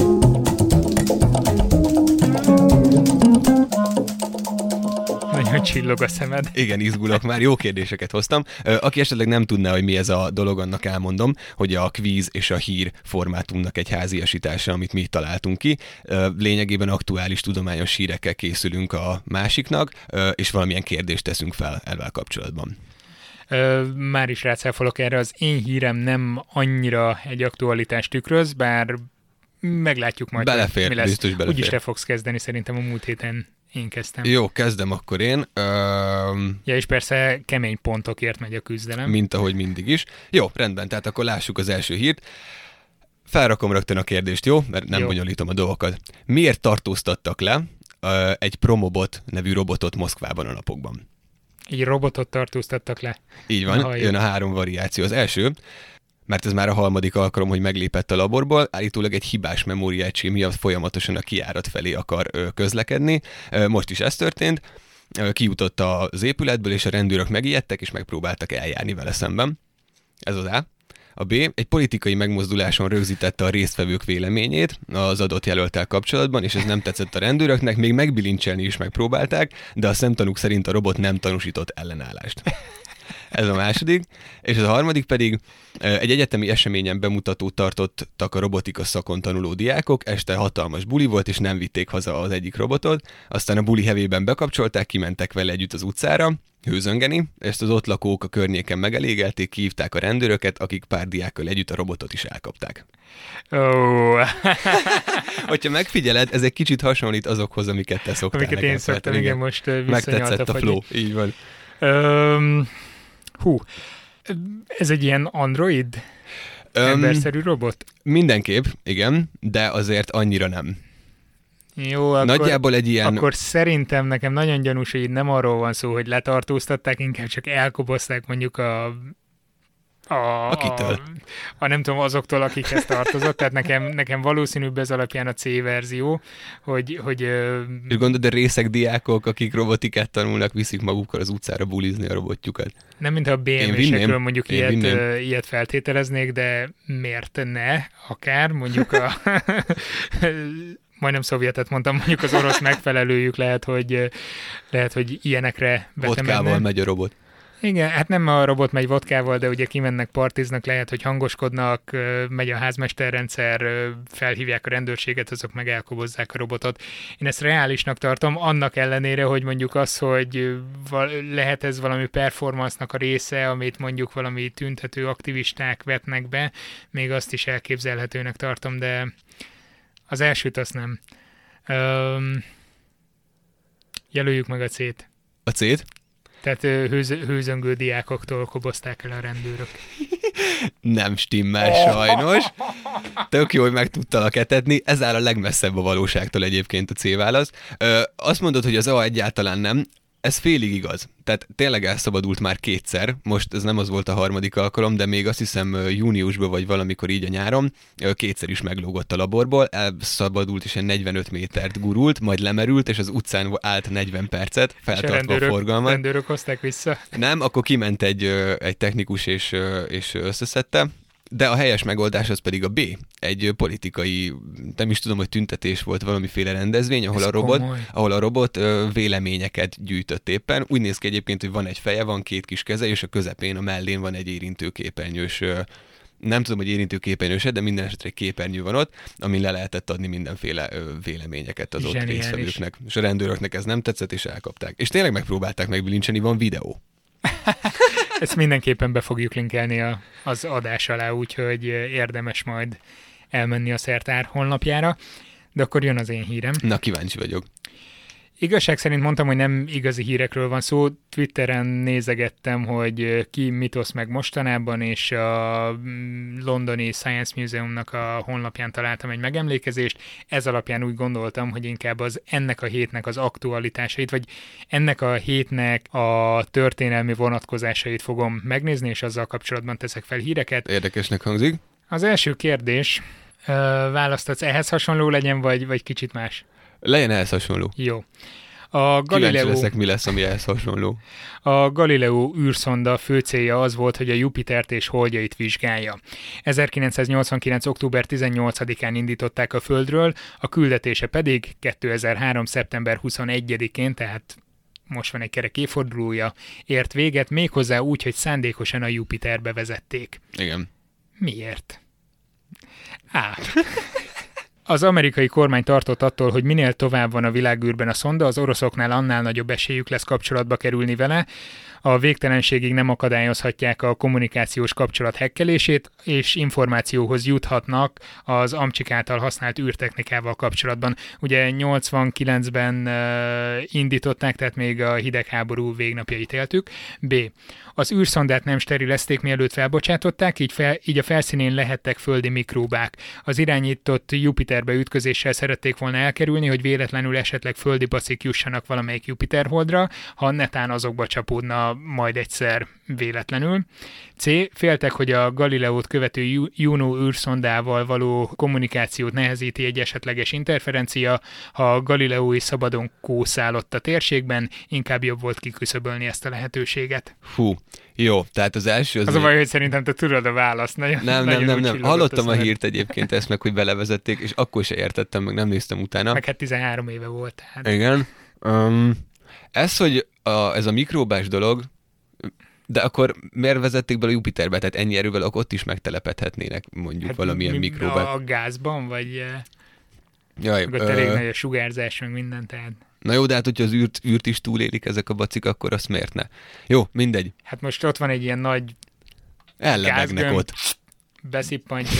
Nagyon csillog a szemed. Igen, izgulok már, jó kérdéseket hoztam. Aki esetleg nem tudná, hogy mi ez a dolog, annak elmondom, hogy a kvíz és a hír formátumnak egy háziasítása, amit mi találtunk ki. Lényegében aktuális tudományos hírekkel készülünk a másiknak, és valamilyen kérdést teszünk fel ezzel kapcsolatban. Már is rácáfolok erre, az én hírem nem annyira egy aktualitást tükröz, bár meglátjuk majd, belefér, mi lesz. Biztos belefér. Úgyis te fogsz kezdeni, szerintem a múlt héten én kezdtem. Jó, kezdem akkor én. Ja, és persze kemény pontokért megy a küzdelem. Mint ahogy mindig is. Jó, rendben, tehát akkor lássuk az első hírt. Felrakom rögtön a kérdést, jó? Mert nem bonyolítom a dolgokat. Miért tartóztattak le egy Promobot nevű robotot Moszkvában a napokban? Egy robotot tartóztattak le. Így van, jön a 3 variáció. Az első, mert ez már a 3. alkalom, hogy meglépett a laborból, állítólag egy hibás memóriaegység miatt folyamatosan a kijárat felé akar közlekedni. Most is ez történt. Kijutott az épületből, és a rendőrök megijedtek, és megpróbáltak eljárni vele szemben. Ez az A. A B egy politikai megmozduláson rögzítette a résztvevők véleményét az adott jelölttel kapcsolatban, és ez nem tetszett a rendőröknek, még megbilincselni is megpróbálták, de a szemtanúk szerint a robot nem tanúsított ellenállást. Ez a második. És a harmadik pedig egy egyetemi eseményen bemutatót tartottak a robotika szakon tanuló diákok, este hatalmas buli volt, és nem vitték haza az egyik robotot, aztán a buli hevében bekapcsolták, kimentek vele együtt az utcára, hőzöngeni, ezt az ott lakók a környéken megelégelték, kihívták a rendőröket, akik pár diákkal együtt a robotot is elkapták. Hogyha megfigyeled, ez egy kicsit hasonlít azokhoz, amiket te szoktál. Amiket én szoktam, igen, most megtetszett a flow, így van. Ez egy ilyen android? Emberszerű robot? Mindenképp, igen, de azért annyira nem. Jó, akkor, nagyjából egy ilyen... Akkor szerintem nekem nagyon gyanús, hogy nem arról van szó, hogy letartóztatták, inkább csak elkobozták mondjuk nem tudom, azoktól, akikhez tartozott, tehát nekem valószínűbb ez alapján a C verzió, hogy és gondolod, de részeg diákok, akik robotikát tanulnak, viszik magukkal az utcára bulizni a robotjukat. Nem, mintha a BMW-sekről mondjuk ilyet feltételeznék, de miért ne? Akár mondjuk majdnem szovjetet mondtam, mondjuk az orosz megfelelőjük lehet, hogy ilyenekre betemenne. Vodkával megy a robot. Igen, hát nem a robot megy vodkával, de ugye kimennek partiznak, lehet, hogy hangoskodnak, megy a házmesterrendszer, felhívják a rendőrséget, azok meg elkobozzák a robotot. Én ezt reálisnak tartom, annak ellenére, hogy mondjuk az, hogy lehet ez valami performance-nak a része, amit mondjuk valami tüntető aktivisták vetnek be, még azt is elképzelhetőnek tartom, de az elsőt azt nem. Jelöljük meg a C-t. A C-t? Tehát hőzöngő diákoktól kobozták el a rendőrök. Nem stimmel sajnos. Tök jó, hogy meg tudtalak etetni. Ez áll a legmesszebb a valóságtól egyébként a C-válasz. Azt mondod, hogy az A egyáltalán nem. Ez félig igaz. Tehát tényleg elszabadult már kétszer. Most ez nem az volt a harmadik alkalom, de még azt hiszem júniusban vagy valamikor így a nyáron kétszer is meglógott a laborból, elszabadult és egy 45 métert gurult, majd lemerült, és az utcán állt 40 percet, feltartva a forgalmat. Rendőrök hozták vissza? Nem, akkor kiment egy technikus és összeszedte. De a helyes megoldás az pedig a B. Egy politikai, nem is tudom, hogy tüntetés volt, valamiféle rendezvény, ahol a robot véleményeket gyűjtött éppen. Úgy néz ki egyébként, hogy van egy feje, van két kis keze, és a közepén, a mellén van egy érintőképernyős, nem tudom, hogy érintőképernyős, de minden esetre egy képernyő van ott, amin le lehetett adni mindenféle véleményeket az ott résztvevőknek. És a rendőröknek ez nem tetszett, és elkapták. És tényleg megpróbálták megbilincseni, van videó. Ezt mindenképpen be fogjuk linkelni az adás alá, úgyhogy érdemes majd elmenni a Szertár honlapjára. De akkor jön az én hírem. Na, kíváncsi vagyok. Igazság szerint mondtam, hogy nem igazi hírekről van szó. Twitteren nézegettem, hogy ki mit osz meg mostanában, és a londoni Science Museumnak a honlapján találtam egy megemlékezést. Ez alapján úgy gondoltam, hogy inkább ennek a hétnek az aktualitásait, vagy ennek a hétnek a történelmi vonatkozásait fogom megnézni, és azzal kapcsolatban teszek fel híreket. Érdekesnek hangzik. Az első kérdés, választatsz, ehhez hasonló legyen, vagy kicsit más? Legyen ehhez hasonló. Jó. Kíváncsi leszek, mi lesz, ami ehhez hasonló. A Galileo űrszonda fő célja az volt, hogy a Jupitert és holdjait vizsgálja. 1989. október 18-án indították a Földről, a küldetése pedig 2003. szeptember 21-én, tehát most van egy kerek évfordulója, ért véget, méghozzá úgy, hogy szándékosan a Jupiterbe vezették. Igen. Miért? Az amerikai kormány tartott attól, hogy minél tovább van a világűrben a szonda, az oroszoknál annál nagyobb esélyük lesz kapcsolatba kerülni vele. A végtelenségig nem akadályozhatják a kommunikációs kapcsolat hekkelését, és információhoz juthatnak az Amcsik által használt űrtechnikával kapcsolatban. Ugye 89-ben indították, tehát még a hidegháború végnapjait éltük. B. Az űrszondát nem sterilezték, mielőtt felbocsátották, így a felszínén lehettek földi mikróbák. Az irányított Jupiter Jupiterbe ütközéssel szerették volna elkerülni, hogy véletlenül esetleg földi bacik jussanak valamelyik Jupiter holdra, ha netán azokba csapódna majd egyszer véletlenül. C. Féltek, hogy a Galileót követő Juno űrszondával való kommunikációt nehezíti egy esetleges interferencia, ha a Galileói szabadon kószálott a térségben, inkább jobb volt kiküszöbölni ezt a lehetőséget. Hú, jó, tehát az első... Az a baj, hogy szerintem te tudod a választ. Nem. Hallottam a hírt egyébként ezt meg, hogy belevezették, és akkor se értettem, meg nem néztem utána. Meg hát 13 éve volt. Tehát. Igen. Ez, hogy ez a mikróbás dolog, de akkor miért vezették bele a Jupiterbe? Tehát ennyi erővel ott is megtelepedhetnének mondjuk hát valamilyen mikróbát. A gázban, vagy jaj, ott elég nagy a sugárzás, meg minden, tehát... Na jó, de hát hogyha az űrt is túlélik ezek a bacik, akkor azt miért ne? Jó, mindegy. Hát most ott van egy ilyen nagy ellebegnek ott. Beszippantja.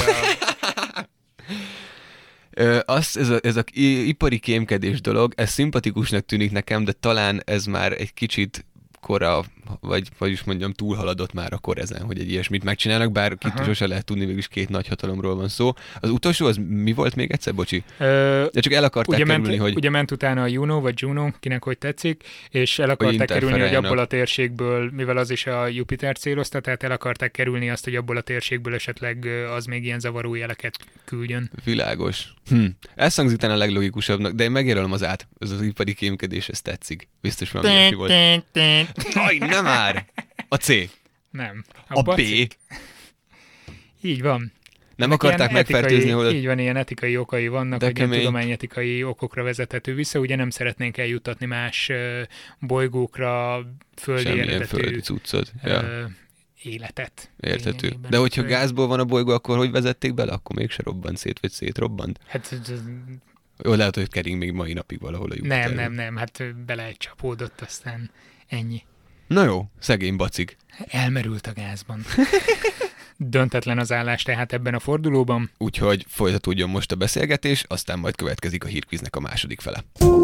Ez a ipari kémkedés dolog, ez szimpatikusnak tűnik nekem, de talán ez már egy kicsit kora, vagy is mondjam, túlhaladott már a kor ezen, hogy egy ilyesmit megcsinálnak, bár sose lehet tudni, mégis két nagy hatalomról van szó. Az utolsó, az mi volt még egyszer, bocsi? De csak el akarták kerülni, hogy... Ugye ment utána a Juno, vagy Juno, kinek hogy tetszik, és el akarták kerülni, hogy abból a térségből, mivel az is a Jupiter célozta, tehát el akarták kerülni azt, hogy abból a térségből esetleg az még ilyen zavaró jeleket küldjön. Világos. Ez hangzik a leglogikusabbnak, de én megjelölöm az át. Ez az ipari kémkedés, ez tetszik. Biztos valami ilyesmi volt. Aj, nem már! A C. Nem. A B. Így van. Nem akarták megfertőzni, hogy... Így van, ilyen etikai okai vannak, hogy ilyen tudományetikai okokra vezethető vissza, ugye nem szeretnénk eljuttatni más bolygókra földi eredetű életet. Érthető. De hogyha gázból van a bolygó, akkor hogy vezették bele? Akkor mégse robbant szét, vagy szétrobbant? Hát... Jó, lehet, hogy kering még mai napig valahol a Jupiter. Nem, hát bele csapódott, aztán ennyi. Na jó, szegény bacik. Elmerült a gázban. Döntetlen az állás tehát ebben a fordulóban. Úgyhogy folytatódjon most a beszélgetés, aztán majd következik a hírkvíznek a második fele.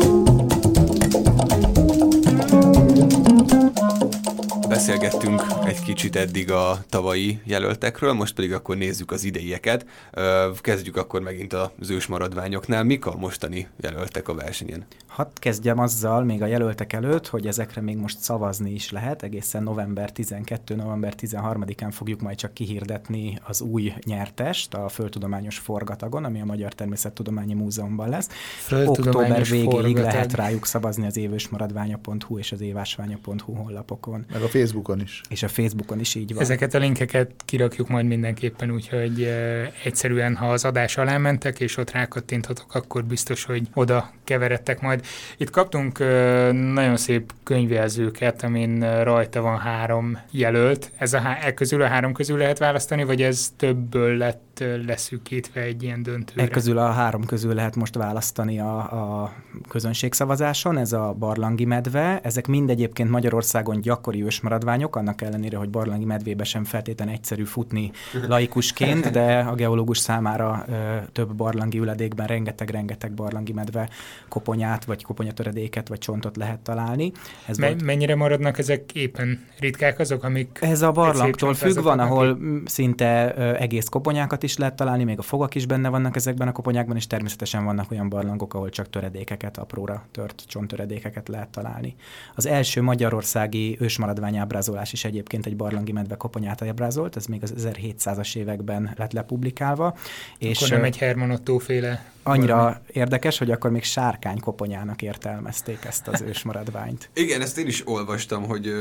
Beszélgettünk egy kicsit eddig a tavalyi jelöltekről, most pedig akkor nézzük az ideieket. Kezdjük akkor megint az ősmaradványoknál. Mik a mostani jelöltek a versenyen? Hadd kezdjem azzal még a jelöltek előtt, hogy ezekre még most szavazni is lehet. Egészen november 12, november 13-án fogjuk majd csak kihirdetni az új nyertest a Földtudományos Forgatagon, ami a Magyar Természettudományi Múzeumban lesz. Október végéig lehet rájuk szavazni az évősmaradványa.hu és az évásványa.hu honlapokon. Meg a Facebookon is. És a Facebookon is így van. Ezeket a linkeket kirakjuk majd mindenképpen, úgyhogy egyszerűen, ha az adás alá mentek, és ott rákattinthatok, akkor biztos, hogy oda keveredtek majd. Itt kaptunk nagyon szép könyvjelzőket, amin rajta van 3 jelölt. Ez közül a 3 közül lehet választani, vagy ez többből lett leszűkítve egy ilyen döntőre? Közül a 3 közül lehet most választani a közönségszavazáson, ez a barlangi medve. Ezek mind egyébként Magyarországon gyakori ősmaradványok, annak ellenére, hogy barlangi medvébe sem feltétlenül egyszerű futni laikusként, de a geológus számára több barlangi üledékben rengeteg barlangi medve koponyát, vagy koponyatöredéket, vagy csontot lehet találni. Mennyire maradnak ezek éppen ritkák azok, amik... Ez a barlangtól függ, van, ahol szinte egész koponyákat is lehet találni, még a fogak is benne vannak ezekben a koponyákban, és természetesen vannak olyan barlangok, ahol csak töredékeket, apróra tört csonttöredékeket lehet találni. Az első magyarországi ősmaradványábrázolás is egyébként egy barlangi medve koponyát ábrázolt, ez még az 1700-as években lett lepublikálva. És nem egy Hermann Otto-féle... Annyira érdekes, hogy akkor még sárkány koponyának értelmezték ezt az ősmaradványt. Igen, ezt én is olvastam, hogy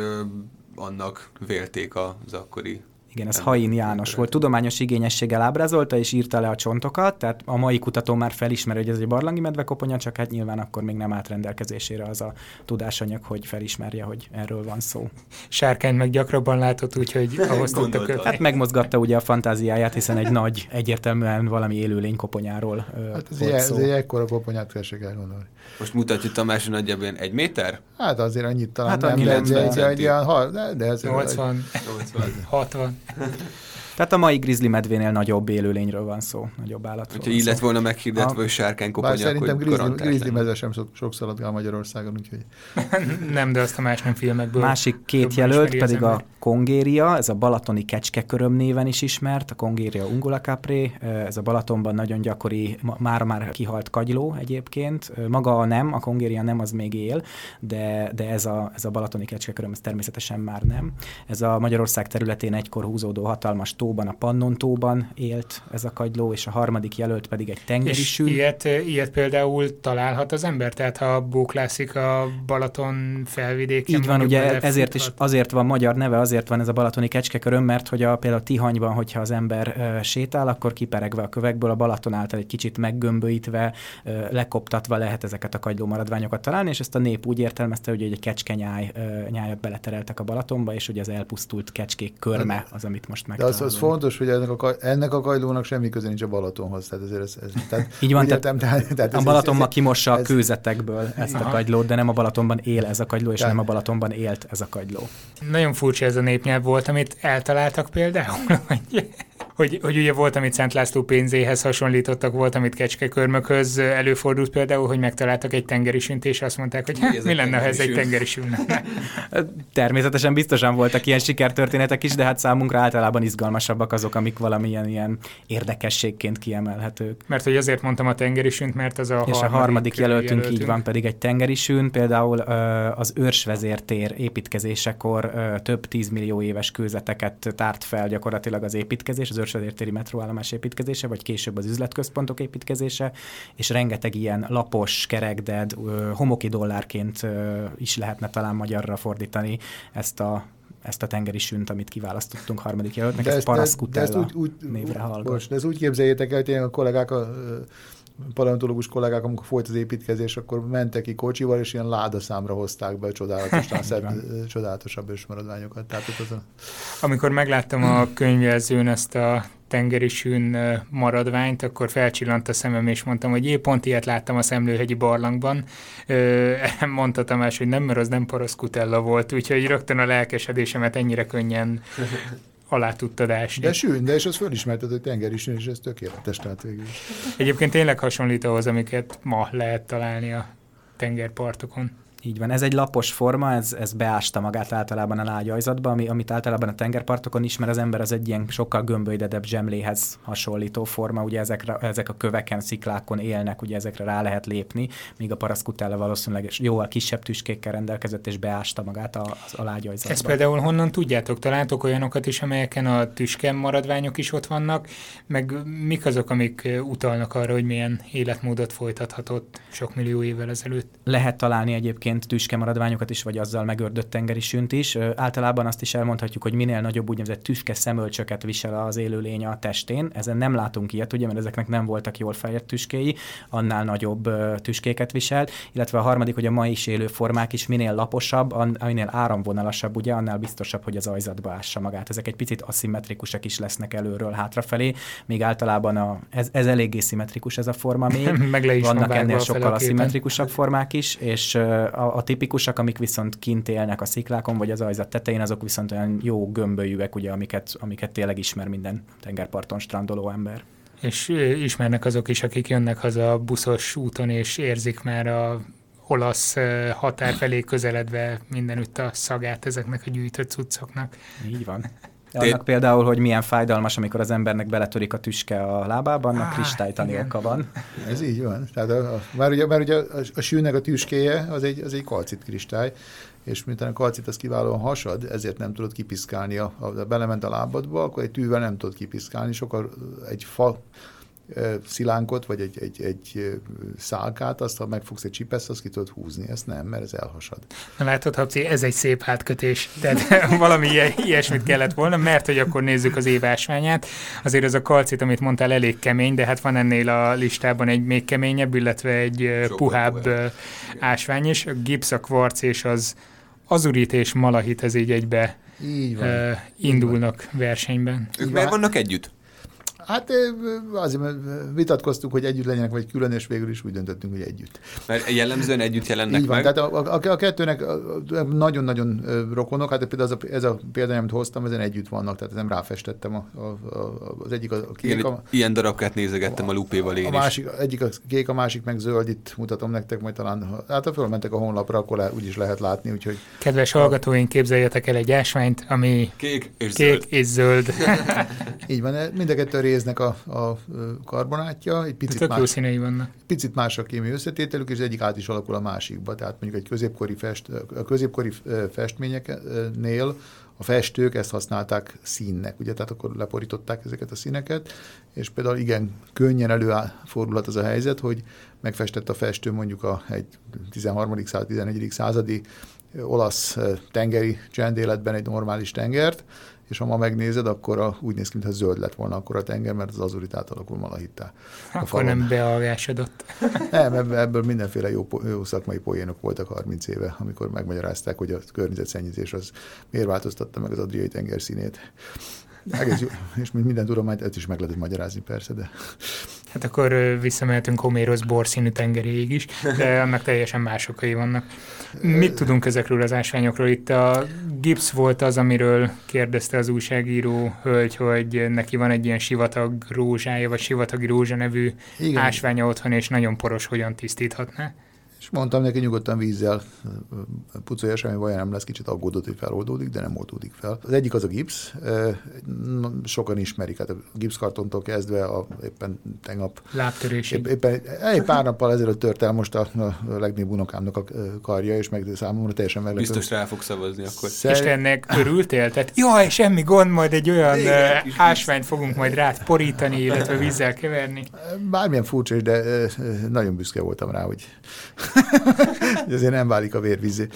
annak vélték az akkori... Igen, ez Hain János volt. Tudományos igényességgel ábrázolta, és írta le a csontokat, tehát a mai kutató már felismeri, hogy ez egy barlangi medvekoponya, csak hát nyilván akkor még nem állt rendelkezésére az a tudásanyag, hogy felismerje, hogy erről van szó. Sárkány meg gyakrabban látott, úgyhogy ahhoz tudta kötni. Hát megmozgatta ugye a fantáziáját, hiszen egy nagy, egyértelműen valami élőlény koponyáról volt szó. Ez egy ekkora koponyát kell gondolni. Most mutatja Tamás, hogy nagyjából 1 méter? Hát azért annyit talán hát nem lehet. De ez 80, 60. Tehát a mai grizzly medvénél nagyobb élőlényről van szó, nagyobb állatról. Hogyha így lett volna meghirdetve, hogy sárkánykoponya, akkor szerintem grizzly medve sem sok szaladgál Magyarországon, úgyhogy... Nem, de azt a más nem filmekből. Másik 2 jelölt pedig a kongéria, ez a balatoni kecskeköröm néven is ismert, a Congeria ungulacapré, ez a Balatonban nagyon gyakori, már kihalt kagyló egyébként. Maga nem, a Congeria nem, az még él, de ez a balatoni kecskeköröm, ez természetesen már nem. Ez a Magyarország területén egykor húzódó hatalmas tóban, a Pannon tóban élt ez a kagyló, és a harmadik jelölt pedig egy tengeri sül. Ilyet például találhat az ember? Tehát ha bóklászik a Balaton felvidéken? Így van, ugye azért van magyar neve, azért van ez a balatoni kecskeköröm, mert hogy például Tihanyban, hogyha az ember sétál, akkor kiperegve a kövekből, a Balaton által egy kicsit meggömbölyítve, lekoptatva lehet ezeket a kagyló maradványokat találni, és ezt a nép úgy értelmezte, hogy egy kecskenyájat beletereltek a Balatonba, és ugye az elpusztult kecskék körme az, amit most megtalálunk. De az fontos, hogy ennek a kagylónak semmi köze nincs a Balatonhoz. Tehát tehát, így van, tehát a Balatonban kimossa a kőzetekből ezt a kagylót, de nem a Balatonban él ez a kagyló, és nem a Balatonban élt ez a kagyló. Nagyon furcsa ez a népnyelv volt, amit eltaláltak például, hogy ugye volt, amit Szent László pénzéhez hasonlítottak, volt, amit kecskekörmökhöz előfordult például, hogy megtaláltak egy tengerisünt, és azt mondták, hogy mi lenne, ha ez egy tengerisün lenne. Természetesen biztosan voltak ilyen sikertörténetek is, de hát számunkra általában izgalmasabbak azok, amik valamilyen ilyen érdekességként kiemelhetők. Mert hogy azért mondtam a tengerisünt, mert az a és harmadik jelöltünk így van, pedig egy tengerisün, például az őrsvezértér építkezésekor több 10 millió éves kőzeteket tárt fel gyakorlatilag az építkezés, az őrsvezértéri metróállomás építkezése, vagy később az üzletközpontok építkezése, és rengeteg ilyen lapos, kerekded, homoki dollárként is lehetne talán magyarra fordítani ezt a tengeri sünt, amit kiválasztottunk harmadik jelöltnek, ez Paraszkutella névre hallgat. De ezt úgy képzeljétek el, hogy a kollégák, paleontológus kollégák, amikor folyt az építkezés, akkor mentek ki kocsival, és ilyen ládaszámra hozták be csodálatosabb ősmaradványokat. Tehát amikor megláttam a könyvjelzőn ezt a tengerisün maradványt, akkor felcsillant a szemem, és mondtam, hogy pont ilyet láttam a Szemlőhegyi barlangban. Mondta Tamás, hogy nem, mert az nem Paraszkutella volt, úgyhogy rögtön a lelkesedésemet ennyire könnyen alá tudtad ásni. De sűn, és az fölismerted, hogy tengerisün, és ez tökéletes, tehát végül is. Egyébként tényleg hasonlít ahhoz, amiket ma lehet találni a tengerpartokon. Így van, ez egy lapos forma, ez beásta magát általában a lágyajzatba, amit általában a tengerpartokon ismer az ember, az egy ilyen sokkal gömbölydedebb zsemléhez hasonlító forma, ugye ezek a köveken, sziklákon élnek, ugye ezekre rá lehet lépni, míg a Paraszkutella valószínűleg jóval kisebb tüskékkel rendelkezett, és beásta magát a lágyajzatba. Ezt például honnan tudjátok? Találtok olyanokat is, amelyeken a tüske maradványok is ott vannak, meg mik azok, amik utalnak arra, hogy milyen életmódot folytathatott sok millió évvel ezelőtt? Lehet találni egyébként tüske maradványokat is, vagy azzal megördött tengerisünt is. Általában azt is elmondhatjuk, hogy minél nagyobb úgynevezett tüske szemölcsöket visel az élőlény a testén. Ezen nem látunk ilyet, ugye, mert ezeknek nem voltak jól fejlett tüskéi, annál nagyobb tüskéket viselt, illetve a harmadik, hogy a ma is élő formák is minél laposabb, minél áramvonalasabb, ugye, annál biztosabb, hogy az ajzatba ássa magát. Ezek egy picit aszimmetrikusak is lesznek előről hátrafelé, még általában ez eléggé szimmetrikus ez a forma még. Vannak ennél sokkal aszimmetrikusabb formák is, és a tipikusak, amik viszont kint élnek a sziklákon, vagy az ajzat tetején, azok viszont olyan jó gömbölyűek, ugye, amiket tényleg ismer minden tengerparton strandoló ember. És ismernek azok is, akik jönnek haza buszos úton, és érzik már a olasz határ felé közeledve mindenütt a szagát ezeknek a gyűjtött cuccoknak. Így van. Annak például, hogy milyen fájdalmas, amikor az embernek beletörik a tüske a lábában, a kristálytani oka van. Ez így van. Tehát már ugye a sűnnek a tüskéje az egy kalcit kristály, és miután a kalcit az kiválóan hasad, ezért nem tudod kipiszkálni. Belement a lábadba, akkor egy tűvel nem tudod kipiszkálni, sokkal egy fa szilánkot, vagy egy szálkát, azt ha megfogsz egy csipesz, azt ki tudod húzni. Ezt nem, mert ez elhasad. Na látod, Habci, ez egy szép hátkötés. Tehát valami ilyesmit kellett volna, mert hogy akkor nézzük az év ásványát. Azért ez a kalcit, amit mondtál, elég kemény, de hát van ennél a listában egy még keményebb, illetve egy puhább ásvány is. A gipsz, a kvarc és az azurit és malahit, ez így egybe indulnak versenyben. Ők miért vannak együtt? Hát azért vitatkoztuk, hogy együtt legyenek, vagy külön, és végül is úgy döntöttünk, hogy együtt. Mert jellemzően együtt jelennek így van, meg? Tehát a kettőnek nagyon-nagyon rokonok, hát például ez a példány, amit hoztam, ezen együtt vannak, tehát nem ráfestettem az egyik a kék. Ilyen darabkát nézegettem a lupéval én is. Egyik a kék, a másik meg zöld, itt mutatom nektek, majd talán, hát ha fölmentek a honlapra, akkor úgyis lehet látni, úgyhogy... Kedves hallgatóink, képzeljetek el egy ásványt, ami kék és zöld. Így van, mind a kettő résznek a karbonátja, egy picit tök jó színei vannak. Picit más a kémiai összetételük, és az egyik át is alakul a másikba. Tehát mondjuk egy középkori festményeknél a festők ezt használták színnek, ugye, tehát akkor leporították ezeket a színeket, és például igen, könnyen előfordulhat az a helyzet, hogy megfestett a festő mondjuk egy 13. század, 14. századi olasz tengeri csendéletben egy normális tengert, és ha ma megnézed, akkor úgy néz ki, mintha zöld lett volna akkor a tenger, mert az azuritát alakul malahittá. Akkor nem bealvásodott. Nem, ebből mindenféle jó szakmai poénok voltak 30 éve, amikor megmagyarázták, hogy a környezetszennyezés az miért változtatta meg az Adriai tenger színét. Egész jó, és minden tudományt ezt is meg lehet magyarázni persze, de... Hát akkor visszamehetünk Homérosz borszínű tengeréig is, de annak teljesen más okai vannak. Mit tudunk ezekről az ásványokról? Itt a gipsz volt az, amiről kérdezte az újságíró hölgy, hogy neki van egy ilyen sivatag rózsája, vagy sivatagi rózsa nevű ásványa otthon, és nagyon poros, hogyan tisztíthatná. És mondtam neki, nyugodtan vízzel pucolja, semmi baj nem lesz, kicsit aggódott, hogy feloldódik, de nem oldódik fel. Az egyik az a gipsz, sokan ismerik, hát a gipszkartontól kezdve éppen tegnap... Lábtörésig. Éppen egy pár nappal ezelőtt tört el most a legnagyobb unokámnak a karja, és meg számomra teljesen meglepő. Biztos rá fog szavazni akkor. És te ennek örültél? Tehát jaj, semmi gond, majd egy olyan ásványt fogunk majd rád porítani, illetve vízzel keverni. Bármilyen furcsa is, de nagyon büszke voltam rá, hogy azért nem válik a vér vízzé.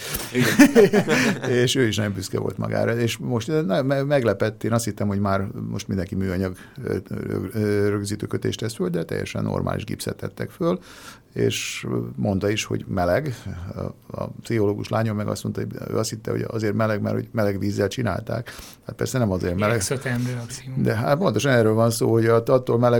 És ő is nagyon büszke volt magára. És most meglepett, én azt hittem, hogy már most mindenki műanyag rögzítőkötést tesz föl, de teljesen normális gipszet tettek föl, és mondta is, hogy meleg. A pszichológus lányom meg azt mondta, hogy ő azt hitte, hogy azért meleg, mert hogy meleg vízzel csinálták. Hát persze nem azért meleg. De hát pontosan erről van szó, hogy attól meleg,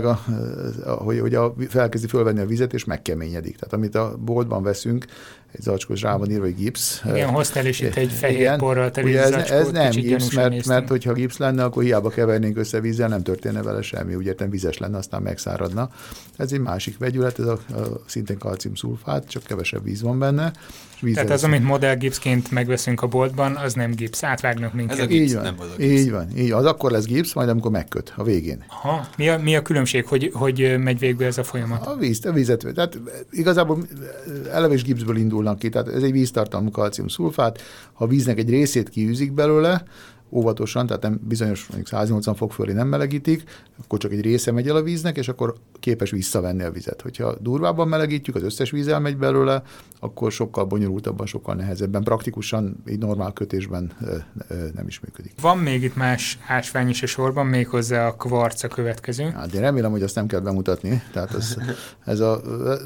hogy felkezdi fölvenni a vizet, és megkeményedik. Tehát amit a boltban veszünk, egy zacskós rá van írva, hogy gipsz. Igen, hoztál is itt egy fehér porral teli zacskót. Ez nem gipsz, mert hogyha gipsz lenne, akkor hiába kevernénk össze vízzel, nem történne vele semmi. Úgy értem, vizes lenne, aztán megszáradna. Ez egy másik vegyület, ez a szintén kalciumszulfát, csak kevesebb víz van benne. Tehát az, amit modellgipszként megveszünk a boltban, az nem gipsz, átvágnak minket. Ez a gipsz, nem az a gipsz. Így van. Az akkor lesz gipsz, majd amikor megköt, a végén. Aha. Mi a különbség, hogy megy végbe ez a folyamat? A vizet. Tehát igazából eleve is gipszből indulnak ki, tehát ez egy víztartalmú kalciumszulfát. Ha a víznek egy részét kiűzik belőle, óvatosan, tehát nem bizonyos 180 fok fölé nem melegítik, akkor csak egy része megy el a víznek, és akkor képes visszavenni a vizet. Hogyha durvábban melegítjük, az összes víz elmegy belőle, akkor sokkal bonyolultabban, sokkal nehezebben, praktikusan, így normál kötésben nem is működik. Van még itt más ásvány is a sorban, méghozzá a kvarc a következő. Hát én remélem, hogy azt nem kell bemutatni. Tehát ez a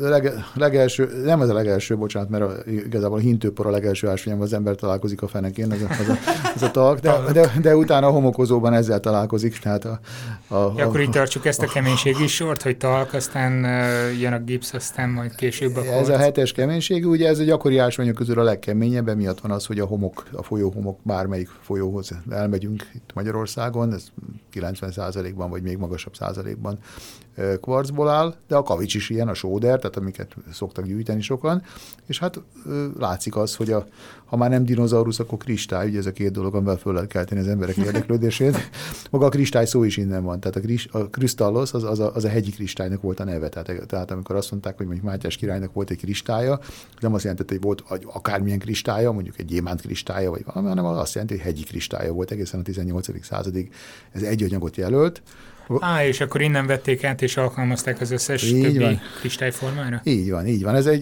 legelső, nem ez a legelső, bocsánat, mert igazából a hintőpor a legelső ásvány, az ember találkozik a fenekén, ez a talk, de utána a homokozóban ezzel találkozik. Tehát akkor így tartsuk ezt a keménységi sort, hogy talk, aztán jön a gipsz, aztán majd később a kvarc. Ez a 7-es keménységű, ugye ez a gyakori ásványok közül a legkeményebb, emiatt van az, hogy a folyóhomok, bármelyik folyóhoz elmegyünk itt Magyarországon, ez 90%-ban vagy még magasabb százalékban kvarcból áll, de a kavics is ilyen, a sóder, tehát amiket szoktak gyűjteni sokan, és hát látszik az, hogy ha már nem dinoszaurusz, akkor kristály, ugye ez a két dolog, amivel föl lehet kelteni az emberek érdeklődését. Maga a kristály szó is innen van, tehát a kristallosz az a hegyi kristálynak volt a neve, tehát amikor azt mondták, hogy mondjuk Mátyás királynak volt egy kristálya, nem azt jelentette, hogy volt akármilyen kristálya, mondjuk egy gyémánt kristálya, vagy valami, hanem azt jelenti, hogy hegyi kristálya volt egészen a 18. századig. Ez egy anyagot jelölt. És akkor innen vették át, és alkalmazták az összes többi kristályformára? Így van.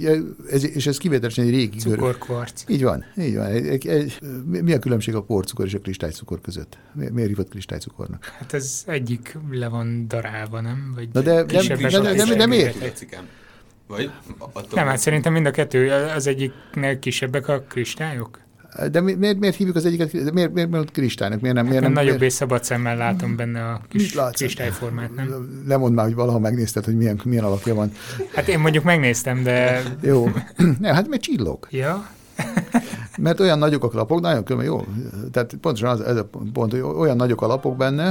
És ez kivételesen egy régi... Cukorkvarc. Így van. Mi a különbség a porcukor és a kristálycukor között? Miért hívott kristálycukornak? Hát ez egyik le van darálva, nem? Vagy de miért? Nem, hát szerintem mind a kettő, az egyiknél kisebbek a kristályok? De miért hívjuk az egyiket, miért kristálynak? Miért nem nagyobb és szabad szemmel látom benne a kis kristályformát, nem? Lemondd már, hogy valaha megnézted, hogy milyen alakja van. Hát én mondjuk megnéztem, de... Jó. Nem, hát mert csillog. Ja. Mert olyan nagyok a lapok, nagyon különben jó. Tehát pontosan ez a pont, hogy olyan nagyok a lapok benne,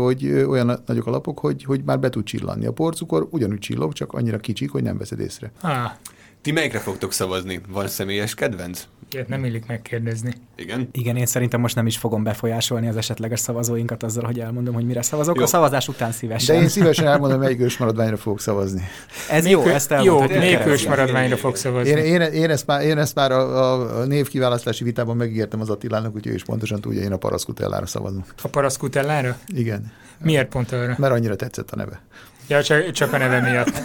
hogy már be tud csillanni. A porcukor ugyanúgy csillog, csak annyira kicsik, hogy nem veszed észre. Ti melyikre fogtok szavazni? Van személyes kedvenc? Ilyet nem illik megkérdezni. Igen? Igen, én szerintem most nem is fogom befolyásolni az esetleges szavazóinkat azzal, hogy elmondom, hogy mire szavazok. Jó. A szavazás után szívesen. De én szívesen elmondom, melyik ősmaradványra fogok szavazni. Ez jó, ezt elmondhatjuk. Jó, melyik ősmaradványra fog szavazni? Én ezt már a névkiválasztási vitában megígértem az Attilának, úgyhogy ő is pontosan tudja, én a Paraszkutellára szavazom. A Paraszkutellára? Igen. Miért pont arra? Mert annyira tetszett a neve. Ja, csak a neve miatt.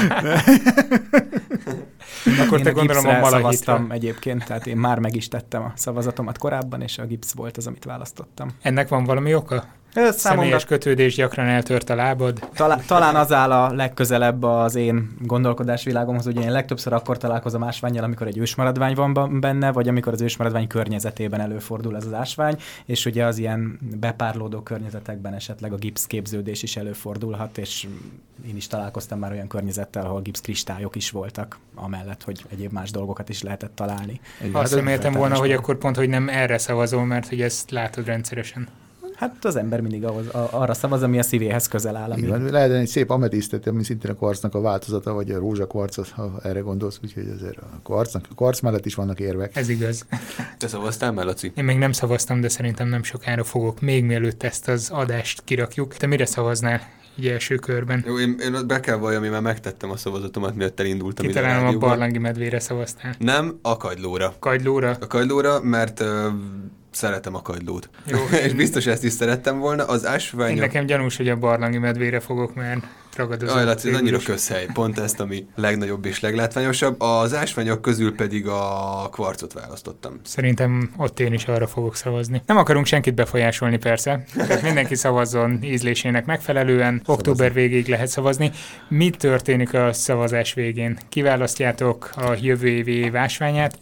Akkor én te gondolom a szavaztam egyébként, tehát én már meg is tettem a szavazatomat korábban, és a gipsz volt az, amit választottam. Ennek van valami oka? Személyes kötődés, gyakran eltört a lábad? Talán az áll a legközelebb az én gondolkodásvilágomhoz, hogy én legtöbbször akkor találkozom ásvánnyal, amikor egy ősmaradvány van benne, vagy amikor az ősmaradvány környezetében előfordul ez az ásvány, és ugye az ilyen bepárlódó környezetekben esetleg a gipszképződés is előfordulhat, és én is találkoztam már olyan környezettel, ahol gipszkristályok is voltak, amellett, hogy egyéb más dolgokat is lehetett találni. Azt reméltem volna, hogy akkor pont, hogy nem erre szavazol, mert hogy ezt látod rendszeresen. Hát az ember mindig arra szavaz, ami a szívéhez közel áll. Lehet egy szép ametisztet, ami szintén a kvarcnak a változata, vagy a rózsakvarc, ha erre gondolsz, úgyhogy azért a kvarc mellett is vannak érvek. Ez igaz. Te szavaztál, Laci? Én még nem szavaztam, de szerintem nem sokára fogok, még mielőtt ezt az adást kirakjuk. Te mire szavaznál így első körben? Jó, én be kell valljam, én már megtettem a szavazatomat, mielőtt elindultam ide. Kitalálom, a barlangi medvére szavaztál. Nem, a kagylóra. Kagylóra? A kagylóra, mert... szeretem a kagylót. És biztos ezt is szerettem volna. Az ásványok... Én nekem gyanús, hogy a barlangi medvére fogok, mert ragadozó. Laci, ez annyira közhely. Pont ezt, ami legnagyobb és leglátványosabb. Az ásványok közül pedig a kvarcot választottam. Szerintem ott én is arra fogok szavazni. Nem akarunk senkit befolyásolni persze. Tehát mindenki szavazzon ízlésének megfelelően. Október végéig lehet szavazni. Mi történik a szavazás végén? Kiválasztjátok a jövő évi év ásványát,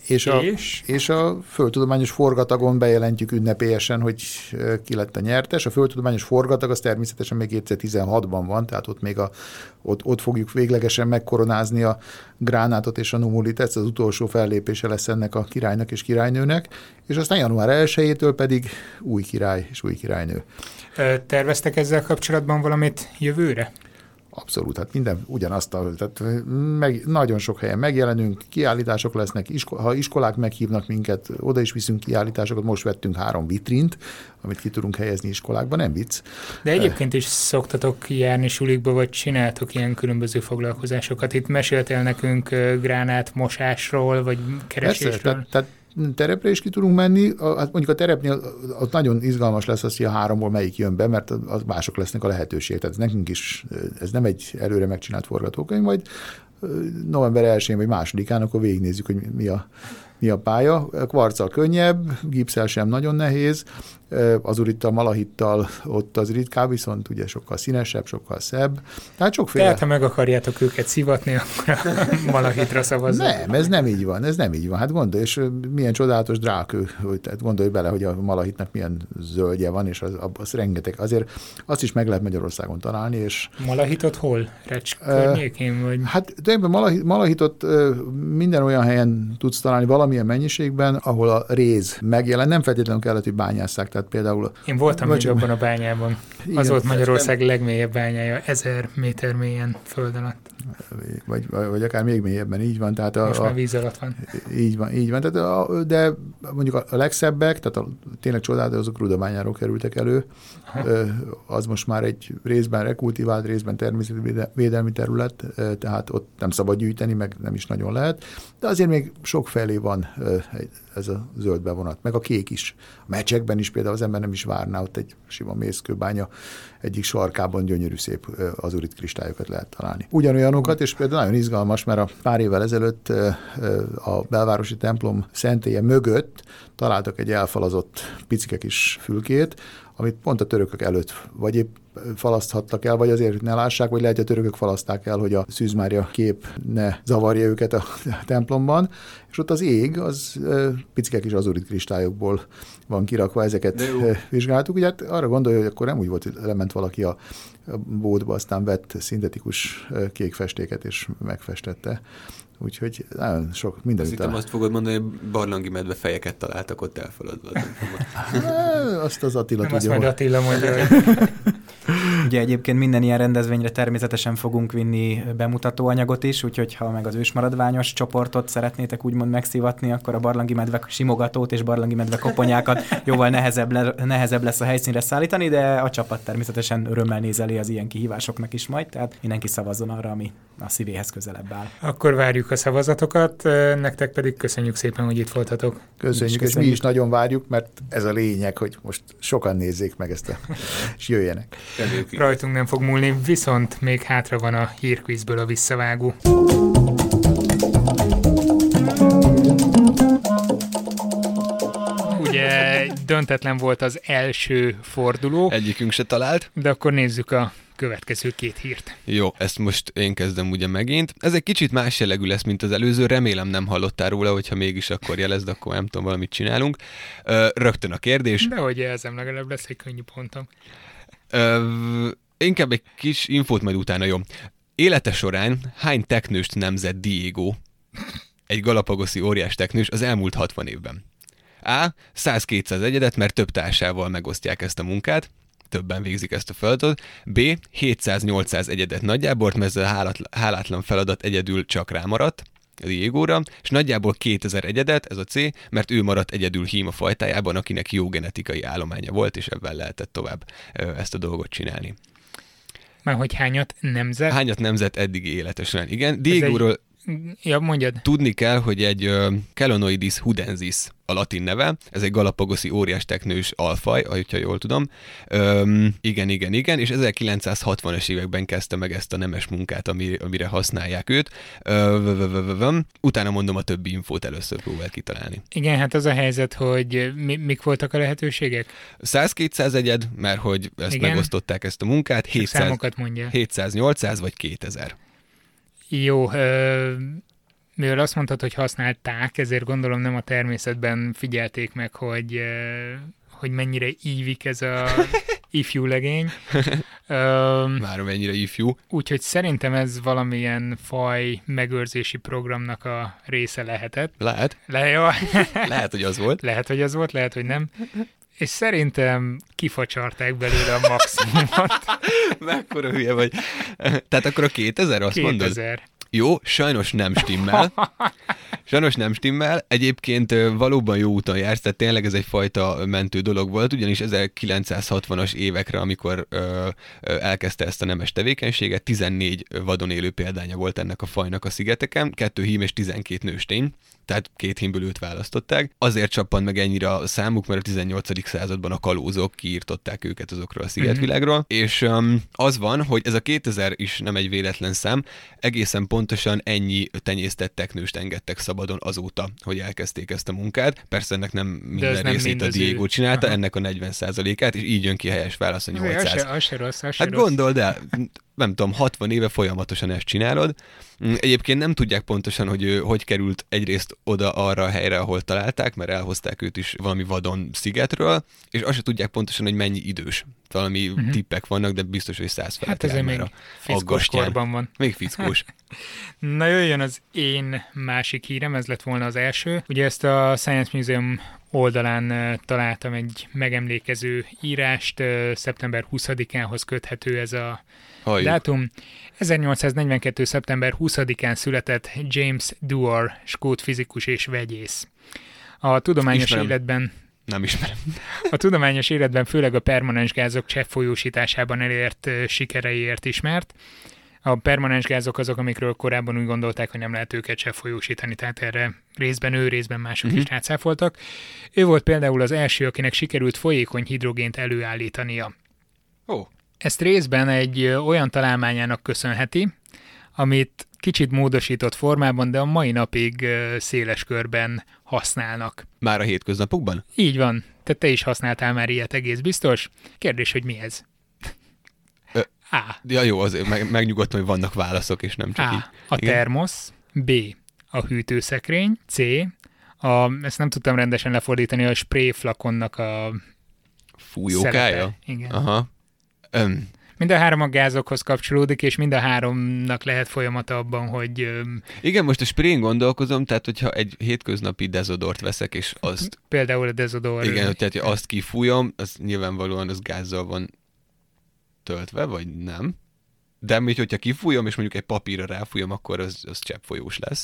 és a földtudományos forgatagon bejelentjük ünnepélyesen, hogy ki lett a nyertes. A földtudományos forgatag az természetesen még 2016-ban van, tehát ott még ott fogjuk véglegesen megkoronázni a gránátot és a numulit, ez az utolsó fellépése lesz ennek a királynak és királynőnek, és aztán január 1-től pedig új király és új királynő. Terveztek ezzel kapcsolatban valamit jövőre? Abszolút, hát minden ugyanazt, tehát nagyon sok helyen megjelenünk, kiállítások lesznek, ha iskolák meghívnak minket, oda is viszünk kiállításokat, most vettünk 3 vitrint, amit ki tudunk helyezni iskolákba, nem vicc. De egyébként is szoktatok járni sulikba, vagy csináltok ilyen különböző foglalkozásokat? Itt meséltél nekünk gránát mosásról, vagy keresésről? Persze, tehát terepre is ki tudunk menni, hát mondjuk a terepnél ott nagyon izgalmas lesz az, hogy a 3-ból melyik jön be, mert az mások lesznek a lehetőség. Tehát nekünk is, ez nem egy előre megcsinált forgatókönyv, majd november 1-én vagy 2-án akkor végignézzük, hogy mi a pálya. Kvarccal könnyebb, gipszel sem nagyon nehéz, azurittal, malahittal ott az ritkább, viszont ugye sokkal színesebb, sokkal szebb. Tehát sokféle... Tehát, ha meg akarjátok őket szivatni, akkor a malahitra szavazzuk. Nem, ez nem így van, Hát gondolj, és milyen csodálatos drákő, tehát gondolj bele, hogy a malahitnak milyen zöldje van, és az rengeteg. Azért azt is meg lehet Magyarországon találni, és... Malahitot hol? Recs környékén, vagy? Hát tulajdonképpen malahitot minden olyan helyen tudsz találni valamilyen mennyiségben, ahol a réz megjelen. Nem feltétlenül kellett, hogy bányásszák. Tehát például... Én voltam még abban a bányában. Igen, az volt Magyarország legmélyebb bányája, 1000 méter mélyen föld alatt. Vagy akár még mélyebben, így van. Tehát most már víz alatt van. Így van. Tehát de mondjuk a legszebbek, tehát tényleg csodálatos, azok rudabányáról kerültek elő. Az most már egy részben rekultivált, részben természetvédelmi terület, tehát ott nem szabad gyűjteni, meg nem is nagyon lehet. De azért még sok felé van ez a zöld bevonat, meg a kék is. A mecsekben is például az ember nem is várná, ott egy sima mészkőbánya egyik sarkában gyönyörű szép azurit kristályokat lehet találni. Ugyanolyanokat, és például nagyon izgalmas, mert a pár évvel ezelőtt a belvárosi templom szentélye mögött találtak egy elfalazott picike kis fülkét, amit pont a törökök előtt vagy épp falaszthattak el, vagy azért, hogy ne lássák, vagy lehet, hogy a törökök falaszták el, hogy a Szűz Mária kép ne zavarja őket a templomban, és ott az ég, az picike kis azurit kristályokból van kirakva, ezeket vizsgáltuk. Ugye hát arra gondolja, hogy akkor nem úgy volt, hogy lement valaki a bódba, aztán vett szintetikus kék festéket, és megfestette. Úgyhogy nagyon sok mindenütt. Azt fogod mondani, hogy barlangi medve fejeket találtak ott elfaladva. Azt az Attila nem tudja. Azt majd Attila mondja, hogy... Ugye egyébként minden ilyen rendezvényre természetesen fogunk vinni bemutatóanyagot is, úgyhogy ha meg az ősmaradványos csoportot szeretnétek úgymond megszivatni, akkor a barlangi medve simogatót és barlangi medve koponyákat jóval nehezebb lesz a helyszínre szállítani, de a csapat természetesen örömmel nézeli az ilyen kihívásoknak is majd, tehát mindenki szavazzon arra, ami a szívéhez közelebb áll. Akkor várjuk a szavazatokat, nektek pedig köszönjük szépen, hogy itt voltatok. Köszönjük, és mi is nagyon várjuk, mert ez a lényeg, hogy most sokan nézzék meg ezt, és jöjjenek. Rajtunk nem fog múlni, viszont még hátra van a hírkvízből a visszavágó. Ugye döntetlen volt az első forduló. Egyikünk se talált. De akkor nézzük a következő két hírt. Jó, ezt most én kezdem ugye megint. Ez egy kicsit más jellegű lesz, mint az előző. Remélem nem hallottál róla, hogyha mégis akkor jelezd, akkor nem tudom, valamit csinálunk. Rögtön a kérdés. Dehogy jelzem, legalább lesz egy könnyű pontom. Inkább egy kis infót majd utána, jó. Élete során hány teknőst nemzett Diego, egy galapagoszi óriás teknős az elmúlt 60 évben? A. 100-200 egyedet, mert több társával megosztják ezt a munkát, többen végzik ezt a feladatot. B. 700-800 egyedet nagyjából, mert ez a hálátlan feladat egyedül csak rámaradt a Diegóra, és nagyjából 2000 egyedet, ez a C, mert ő maradt egyedül híma fajtájában, akinek jó genetikai állománya volt, és ebben lehetett tovább ezt a dolgot csinálni. Már hogy hányat nemzett? Hányat nemzett eddigi élete során? Igen, Diegóról ja, mondjad. Tudni kell, hogy egy Chelonoidis hudensis a latin neve, ez egy galapagoszi óriás teknős alfaj, hogyha jól tudom. Igen, és 1960-as években kezdte meg ezt a nemes munkát, amire használják őt. Utána mondom a többi infót, először próbál kitalálni. Igen, hát az a helyzet, hogy mik voltak a lehetőségek? 100-200 egyed, mert hogy ezt megosztották ezt a munkát, 700-800 vagy 2000. Jó, mivel azt mondtad, hogy használták, ezért gondolom nem a természetben figyelték meg, hogy mennyire ívik ez a ifjú legény. Már mennyire ifjú. Úgyhogy szerintem ez valamilyen faj megőrzési programnak a része lehetett. Lehet. Lehet, hogy az volt. Lehet, hogy az volt, lehet, hogy nem. És szerintem kifacsarták belőle a maximumot. Mekkora hülye vagy. Tehát akkor a 2000, azt 2000. Mondod? 2000. Jó, sajnos nem stimmel. Egyébként valóban jó úton jársz, tehát tényleg ez egyfajta mentő dolog volt, ugyanis 1960-as évekre, amikor elkezdte ezt a nemes tevékenységet, 14 vadon élő példánya volt ennek a fajnak a szigeteken, 2 hím és 12 nőstény, tehát 2 hímből őt választották. Azért csappant meg ennyire a számuk, mert a 18. században a kalózok kiírtották őket azokról a szigetvilágról, és az van, hogy ez a 2000 is nem egy véletlen szám, egészen pontosan ennyi tenyésztett teknőst engedtek szabadon azóta, hogy elkezdték ezt a munkát. Persze ennek nem minden részét a Diego csinálta, ennek a 40%-át, és így jön ki helyes válasz a 800. Az se rossz. Hát gondold el, nem tudom, 60 éve folyamatosan ezt csinálod. Egyébként nem tudják pontosan, hogy került egyrészt oda arra a helyre, ahol találták, mert elhozták őt is valami vadon szigetről, és azt se tudják pontosan, hogy mennyi idős. Valami tippek vannak, de biztos, hogy 100 felett jár már a fickós korban van. Még fickós. Na jöjjön az én másik hírem, ez lett volna az első. Ugye ezt a Science Museum oldalán találtam egy megemlékező írást, szeptember 20-ánhoz köthető ez a dátum. 1842. szeptember 20-án született James Dewar, skót fizikus és vegyész. A tudományos életben nem ismerem. A tudományos életben főleg a permanens gázok cseppfolyósításában elért sikereiért ismert. A permanens gázok azok, amikről korábban úgy gondolták, hogy nem lehet őket cseppfolyósítani, tehát erre részben mások is rácáfoltak. Ő volt például az első, akinek sikerült folyékony hidrogént előállítania. Ezt részben egy olyan találmányának köszönheti, amit kicsit módosított formában, de a mai napig széles körben használnak. Már a hétköznapokban? Így van. Tehát te is használtál már ilyet, egész biztos. Kérdés, hogy mi ez? A. Ja, jó, azért megnyugodtam, hogy vannak válaszok, és nem csak A. így. A termosz. B. A hűtőszekrény. C. Ezt nem tudtam rendesen lefordítani, a sprayflakonnak a fújókája? Szerepe. Igen. Aha. Mind a három a gázokhoz kapcsolódik, és mind a háromnak lehet folyamata abban, hogy... Igen, most a sprayn gondolkozom, tehát hogyha egy hétköznapi dezodort veszek, és azt... Például a dezodor... Igen, tehát ha azt kifújom, az nyilvánvalóan az gázzal van töltve, vagy nem. De hogyha kifújom, és mondjuk egy papírra ráfújom, akkor az cseppfolyós lesz.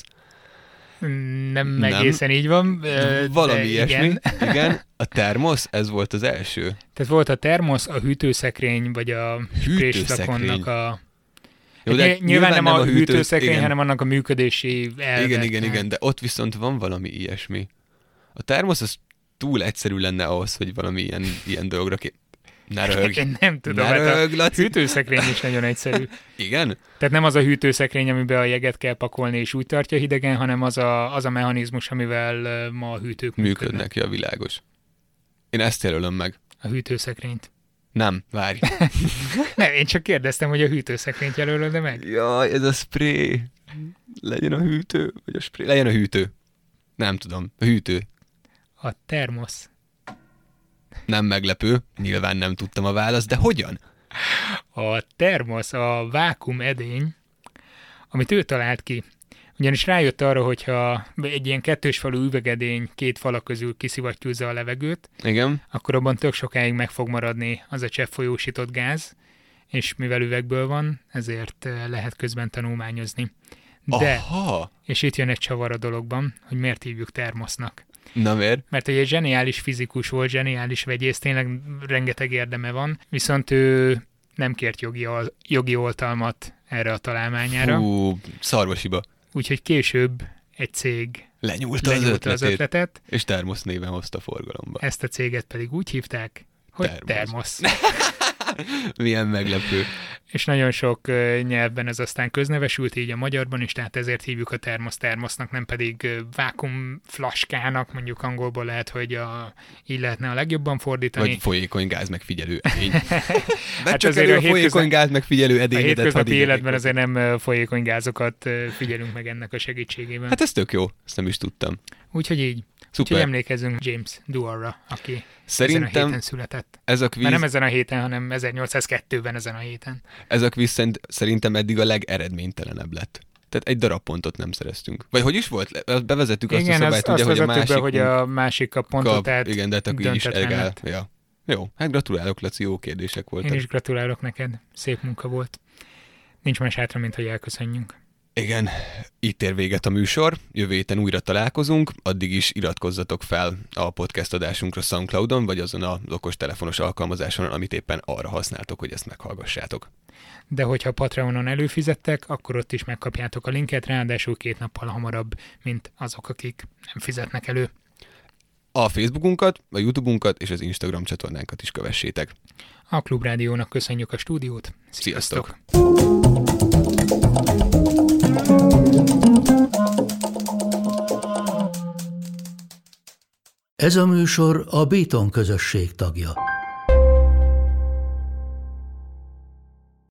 Nem egészen így van. Valami ilyesmi. Igen. A termosz, ez volt az első. Tehát volt a termosz, a hűtőszekrény, vagy a sprayflakonnak a... Jó, hát nyilván nem a hűtőszekrény, hanem annak a működési elve. Igen, de ott viszont van valami ilyesmi. A termosz az túl egyszerű lenne ahhoz, hogy valami ilyen dologra Ne röhögj. Én nem tudom, a hűtőszekrény is nagyon egyszerű. Igen? Tehát nem az a hűtőszekrény, amiben a jeget kell pakolni és úgy tartja hidegen, hanem az a mechanizmus, amivel ma a hűtők működnek. Ja, világos. Én ezt jelölöm meg. A hűtőszekrényt. Nem, várj. Nem, én csak kérdeztem, hogy a hűtőszekrényt jelölöd de meg. Jaj, ez a spray. Legyen a hűtő, vagy a spray. Legyen a hűtő. Nem tudom, a hűtő. A termosz. Nem meglepő, nyilván nem tudtam a választ, de hogyan? A termosz, a vákum edény, amit ő talált ki. Ugyanis rájött arra, hogyha egy ilyen kettősfalú üvegedény két fala közül kiszivattyúzza a levegőt, igen, akkor abban tök sokáig meg fog maradni az a cseppfolyósított gáz, és mivel üvegből van, ezért lehet közben tanulmányozni. De, aha, és itt jön egy csavar a dologban, hogy miért hívjuk termosznak. Na miért? Mert egy zseniális fizikus volt, zseniális vegyész, tényleg rengeteg érdeme van, viszont ő nem kért jogi oltalmat erre a találmányára. Szarvasiba. Úgyhogy később egy cég lenyúlta az ötletet, és termosz néven hozta forgalomba. Ezt a céget pedig úgy hívták, hogy termosz. Milyen meglepő. És nagyon sok nyelvben ez aztán köznevesült, így a magyarban is, tehát ezért hívjuk a termosznak, nem pedig vákumflaskának, mondjuk angolból lehet, hogy így lehetne a legjobban fordítani. Vagy folyékony gáz megfigyelő edény. Hát azért a folyékony gáz megfigyelő edényedet. A hétköznapi életben azért nem folyékony gázokat figyelünk meg ennek a segítségével. Hát ez tök jó, ezt nem is tudtam. Úgyhogy így. Úgyhogy emlékezzünk James Dewar-ra, aki ezen a héten született. Ez a kvíz... Már nem ezen a héten, hanem 1802-ben ezen a héten. Ez a kvíz szerintem eddig a legeredménytelenebb lett. Tehát egy darab pontot nem szereztünk. Vagy hogy is volt? Bevezettük azt a szabályt, ugye, hogy a másik kap pontot, tehát igen, de akkor így is elegál. Ja. Jó, hát gratulálok, Laci, jó kérdések voltak. Én is gratulálok neked, szép munka volt. Nincs más hátra, mint hogy elköszönjünk. Igen, itt ér véget a műsor, jövő héten újra találkozunk, addig is iratkozzatok fel a podcast adásunkra SoundCloudon, vagy azon az okostelefonos alkalmazáson, amit éppen arra használtok, hogy ezt meghallgassátok. De hogyha Patreonon előfizettek, akkor ott is megkapjátok a linket, ráadásul 2 nappal hamarabb, mint azok, akik nem fizetnek elő. A Facebookunkat, a YouTube-unkat és az Instagram csatornánkat is kövessétek. A Klubrádiónak köszönjük a stúdiót. Sziasztok! Ez a műsor a Béton közösség tagja.